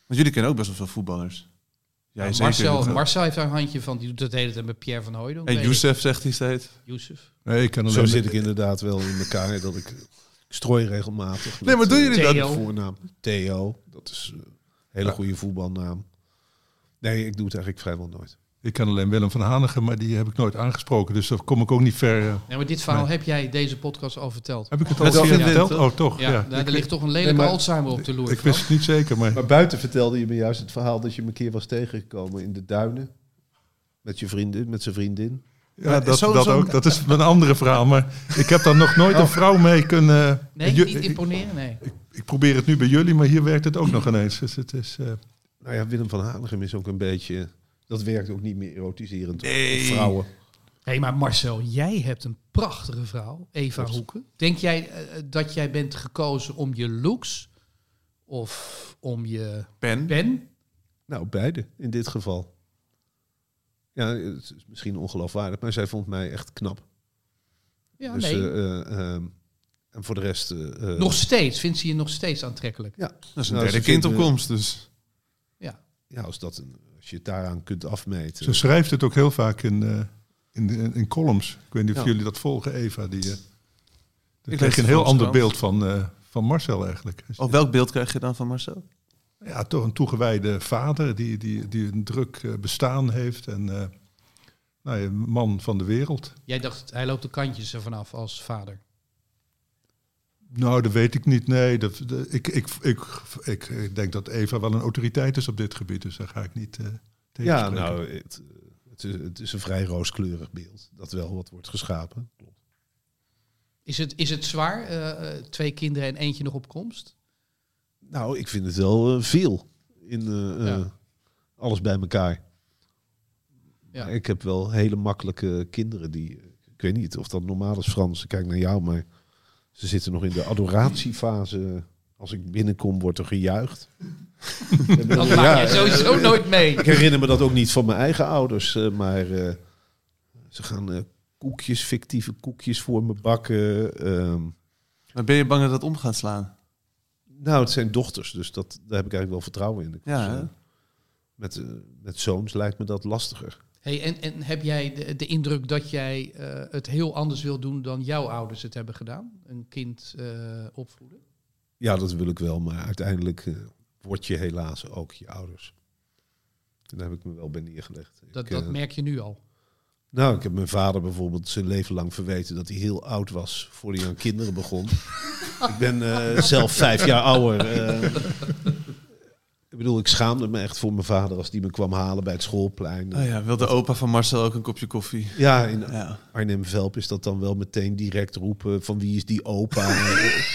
Want jullie kennen ook best wel veel voetballers. Jij Ja, Marcel, Marcel heeft daar een handje van. Die doet het de hele tijd met Pierre van Hooijdonk. En Youssef zegt hij steeds. Youssef. Nee, ik kan alleen Zo met- zit ik inderdaad wel in elkaar dat ik, ik strooi regelmatig. Nee, maar doen jullie uh, dat? de voornaam Theo, dat is een hele goede voetbalnaam. Nee, ik doe het eigenlijk vrijwel nooit. Ik kan alleen Willem van Hanegem, maar die heb ik nooit aangesproken. Dus daar kom ik ook niet ver. uh, Ja, maar dit verhaal Nee. heb jij deze podcast al verteld. Heb ik het al Met eens Vincent, verteld? toch? Oh, toch? Ja, Ja. daar, Ik- er ligt toch een lelijke Nee, maar- Alzheimer op de loer. Ik wist het niet zeker, maar... Maar buiten vertelde je me juist het verhaal dat je me een keer was tegengekomen in de duinen. Met je vriendin, met zijn vriendin. Ja, Ja, dat, zo- dat zo- ook. Dat is een andere verhaal. Maar ik heb daar nog nooit een vrouw mee kunnen... Nee, Ju- niet ik, imponeren, nee. ik, ik probeer het nu bij jullie, maar hier werkt het ook nog ineens. Dus het is... uh, Nou ja, Willem van Hanegem is ook een beetje... Dat werkt ook niet meer erotiserend Nee. op vrouwen. Hé, hey, maar Marcel, jij hebt een prachtige vrouw, Eva Klopt. Hoeken. Denk jij uh, dat jij bent gekozen om je looks of om je Pen. pen? Nou, beide in dit geval. Ja, het is misschien ongeloofwaardig, maar zij vond mij echt knap. Ja, dus, nee. eh, eh, ehm, en voor de rest... eh, eh, nog steeds, vindt ze je nog steeds aantrekkelijk? Ja, Dat is een Nou, derde ze kind vindt op me- komst, dus. Ja. ja, als, dat een, als je het daaraan kunt afmeten. ze schrijft het ook heel vaak in, uh, in, in, in columns. Ik weet niet of Ja. jullie dat volgen, Eva. Die, uh, dan lees krijg je een de heel ander Volkskrant. beeld van, uh, van Marcel eigenlijk. Dus Op welk beeld krijg je dan van Marcel? ja, toch een toegewijde vader die, die, die een druk uh, bestaan heeft. En uh, nou, ja, een man van de wereld. Jij dacht, hij loopt de kantjes ervan af als vader. Nou, dat weet ik niet. Nee, dat, dat- ik, ik, ik, ik, ik denk dat Eva wel een autoriteit is op dit gebied. Dus daar ga ik niet uh, tegen Ja, spreken. nou, het, het, is, het is een vrij rooskleurig beeld. Dat wel wat wordt geschapen. Is het, is het zwaar, uh, twee kinderen en eentje nog op komst? Nou, ik vind het wel uh, veel. In uh, Ja. uh, alles bij elkaar. Ja. Maar ik heb wel hele makkelijke kinderen die... Ik weet niet of dat normaal is, Frans. Ik kijk naar jou, maar ze zitten nog in de adoratiefase. Als ik binnenkom, wordt er gejuicht. Dat maak jij sowieso nooit mee. Ik herinner me dat ook niet van mijn eigen ouders. Uh, maar uh, ze gaan uh, koekjes, fictieve koekjes voor me bakken. Um, Maar ben je bang dat dat om gaat slaan? nou, het zijn dochters, dus dat, daar heb ik eigenlijk wel vertrouwen in. Ik Ja, was, hè? uh, met, uh, met zoons lijkt me dat lastiger. Hey, en, en heb jij de, de indruk dat jij uh, het heel anders wil doen dan jouw ouders het hebben gedaan? Een kind uh, opvoeden? Ja, dat wil ik wel, maar uiteindelijk uh, word je helaas ook je ouders. En daar heb ik me wel bij neergelegd. Dat, ik, dat uh, merk je nu al. Nou, ik heb mijn vader bijvoorbeeld zijn leven lang verweten dat hij heel oud was voordat hij aan kinderen begon. Ik ben uh, zelf vijf jaar ouder. Uh, ik bedoel, ik schaamde me echt voor mijn vader als die me kwam halen bij het schoolplein. Oh ja, wil de opa van Marcel ook een kopje koffie? Ja, in Ja. Arnhem-Velp is dat dan wel meteen direct roepen van wie is die opa.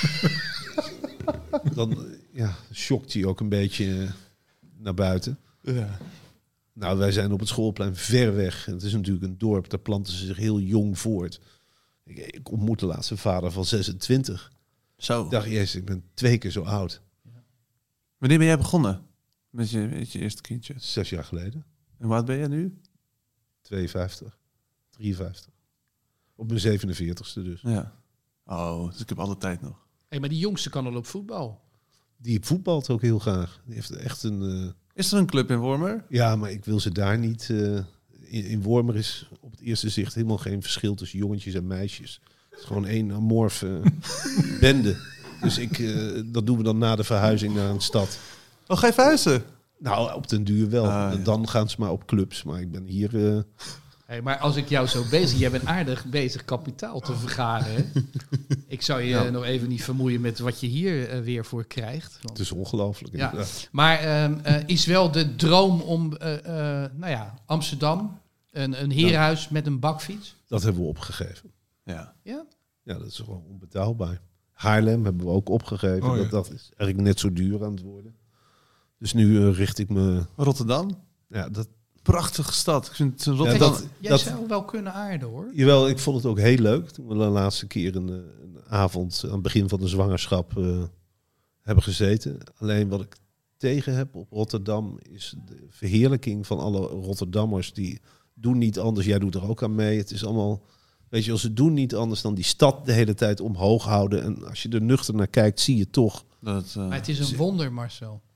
Dan ja, schokt hij ook een beetje naar buiten. Ja. Nou, wij zijn op het schoolplein ver weg. Het is natuurlijk een dorp, daar planten ze zich heel jong voort. Ik, ik ontmoette laatst een vader van zesentwintig. Zo. Ik dacht, jezus, ik ben twee keer zo oud. Wanneer ben jij begonnen met je, met je eerste kindje? Zes jaar geleden. En hoe oud ben je nu? tweeënvijftig, drieënvijftig. Op mijn zevenenveertigste dus. Ja. Oh, dus ik heb alle tijd nog. Hey, maar die jongste kan al op voetbal. Die voetbalt ook heel graag. Die heeft echt een... Uh... Is er een club in Wormer? Ja, maar ik wil ze daar niet... Uh... In, in Wormer is op het eerste zicht helemaal geen verschil tussen jongetjes en meisjes. Het is gewoon één amorfe bende. Dus ik, uh, dat doen we dan na de verhuizing naar een stad. Oh, ga je verhuizen? Nou, op den duur wel. Ah, ja. Dan gaan ze maar op clubs. Maar ik ben hier... Uh... Hey, maar als ik jou zo bezig... Jij bent aardig bezig kapitaal te vergaren. Hè? Ik zou je Ja. nog even niet vermoeien met wat je hier uh, weer voor krijgt. Want... Het is ongelooflijk. Ja. inderdaad. Maar uh, uh, is wel de droom om, uh, uh, nou ja, Amsterdam, een, een herenhuis met een bakfiets? Dat hebben we opgegeven. Ja. Ja? Ja, dat is gewoon onbetaalbaar. Haarlem hebben we ook opgegeven. Oh, ja. dat, dat is eigenlijk net zo duur aan het worden. Dus nu uh, richt ik me... Rotterdam? Ja, dat, Prachtige stad. Ik vind ja, Rotterdam... dat, Jij dat, zou wel kunnen aarden, hoor. jawel, ik vond het ook heel leuk. Toen we de laatste keer een, een avond aan het begin van de zwangerschap uh, hebben gezeten. Alleen wat ik tegen heb op Rotterdam is de verheerlijking van alle Rotterdammers. Die doen niet anders. Jij doet er ook aan mee. Het is allemaal... Weet je, ze doen niet anders dan die stad de hele tijd omhoog houden. En als je er nuchter naar kijkt, zie je toch... Dat, uh, Maar het is een wonder, Marcel.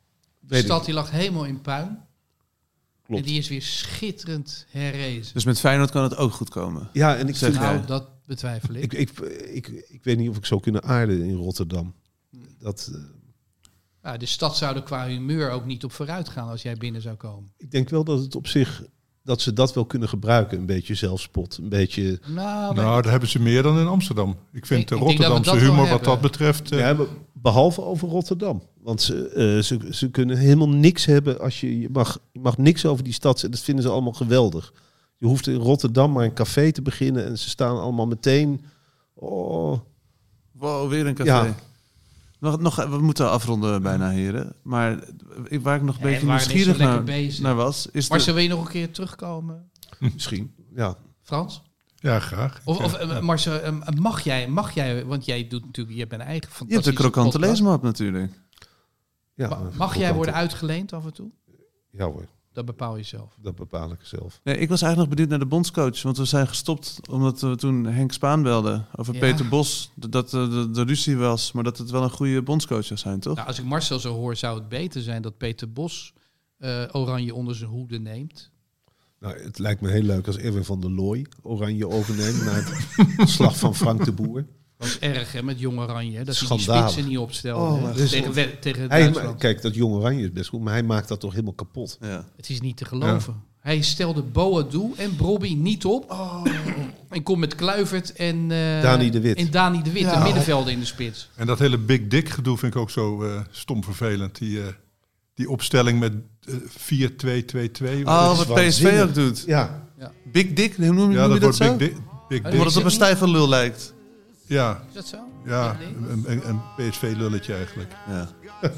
De stad die lag helemaal in puin. Klopt. En die is weer schitterend herrezen. Dus met Feyenoord kan het ook goed komen. Ja, en ik Zeg vind, nou, jij. dat betwijfel ik. ik, ik, ik, ik weet niet of ik zou kunnen aarden in Rotterdam. Dat, uh, Ja, de stad zou er qua humeur ook niet op vooruit gaan als jij binnen zou komen. ik denk wel dat het op zich, dat ze dat wel kunnen gebruiken. Een beetje zelfspot, een beetje... Nou, Nou, daar hebben ze meer dan in Amsterdam. Ik vind Ik- de ik denk dat we Rotterdamse dat wel humor wat hebben. dat betreft... eh, Ja, be- behalve over Rotterdam. Want ze, eh, ze, ze kunnen helemaal niks hebben als je... Je mag, je mag niks over die stad zeggen. Dat vinden ze allemaal geweldig. Je hoeft in Rotterdam maar een café te beginnen en ze staan allemaal meteen... Oh, Wow, weer een café. Ja. Nog, nog, we moeten afronden bijna, heren. Maar ik- waar ik nog een Nee, beetje we waren nieuwsgierig net zo naar, lekker bezig. naar was... Is maar de, zullen we nog een keer terugkomen, misschien. Ja. Frans? ja, graag. Of, Ja. of eh, Marcel, eh, mag jij, mag jij, want jij doet natuurlijk, je hebt een eigen je hebt fantastische de krokante podcast. leesmap natuurlijk. ja Ma- een Mag jij krokante- worden uitgeleend af en toe? Ja hoor, Dat bepaal je zelf. dat bepaal ik zelf. Nee, ik was eigenlijk nog benieuwd naar de bondscoach. Want we zijn gestopt omdat we toen Henk Spaan belden over Ja. Peter Bos. d- Dat de, de, de ruzie was, maar dat het wel een goede bondscoach zou zijn, toch? Nou, als ik Marcel zo hoor, zou het beter zijn dat Peter Bos eh, Oranje onder zijn hoede neemt. Nou, het lijkt me heel leuk als Erwin van der Looy Oranje overneemt na het slag van Frank de Boer. Dat is erg, hè, met Jong Oranje. Dat hij die Schandalig. spitsen niet opstelde. Oh, hè, maar dus- tegen, we- tegen Hij, Duitsland. kijk, dat Jong Oranje is best goed, maar hij maakt dat toch helemaal kapot. Ja. Het is niet te geloven. Hij stelde Boadu en Brobby niet op. En komt met Kluivert en, eh Dani de Wit. en Dani de Wit, Ja. de middenvelder in de spits. En dat hele Big Dick gedoe vind ik ook zo eh, stom vervelend. Die, eh, die opstelling met eh, vier twee twee twee. Oh, is wat P S V waanzinnig. ook doet. Ja, Big Dick, hoe noem, ja, noem je dat dat wordt zo? Big Dick. Big Oh, Dick. Omdat het op een stijve lul lijkt. Ja, Is dat zo? ja, Nee. een, een, een P S V-lulletje eigenlijk. Ja.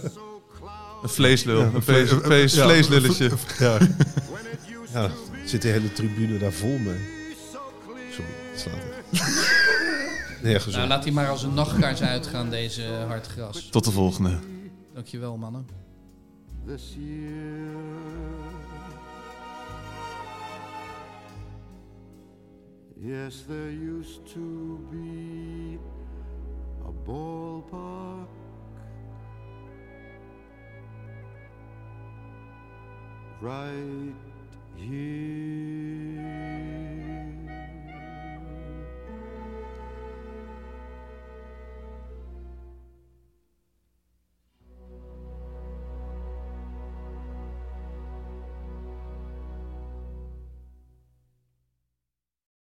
Een vleeslul. Ja, een vle- P S V ja, vleeslulletje. Ja, ja, zit de hele tribune daar vol mee. Sorry, het slaat er. Nergens Nou, op. laat hij maar als een nachtkaars uitgaan, deze hartgras. Tot de volgende. Dankjewel, mannen. this year. Yes, there used to be a ballpark right here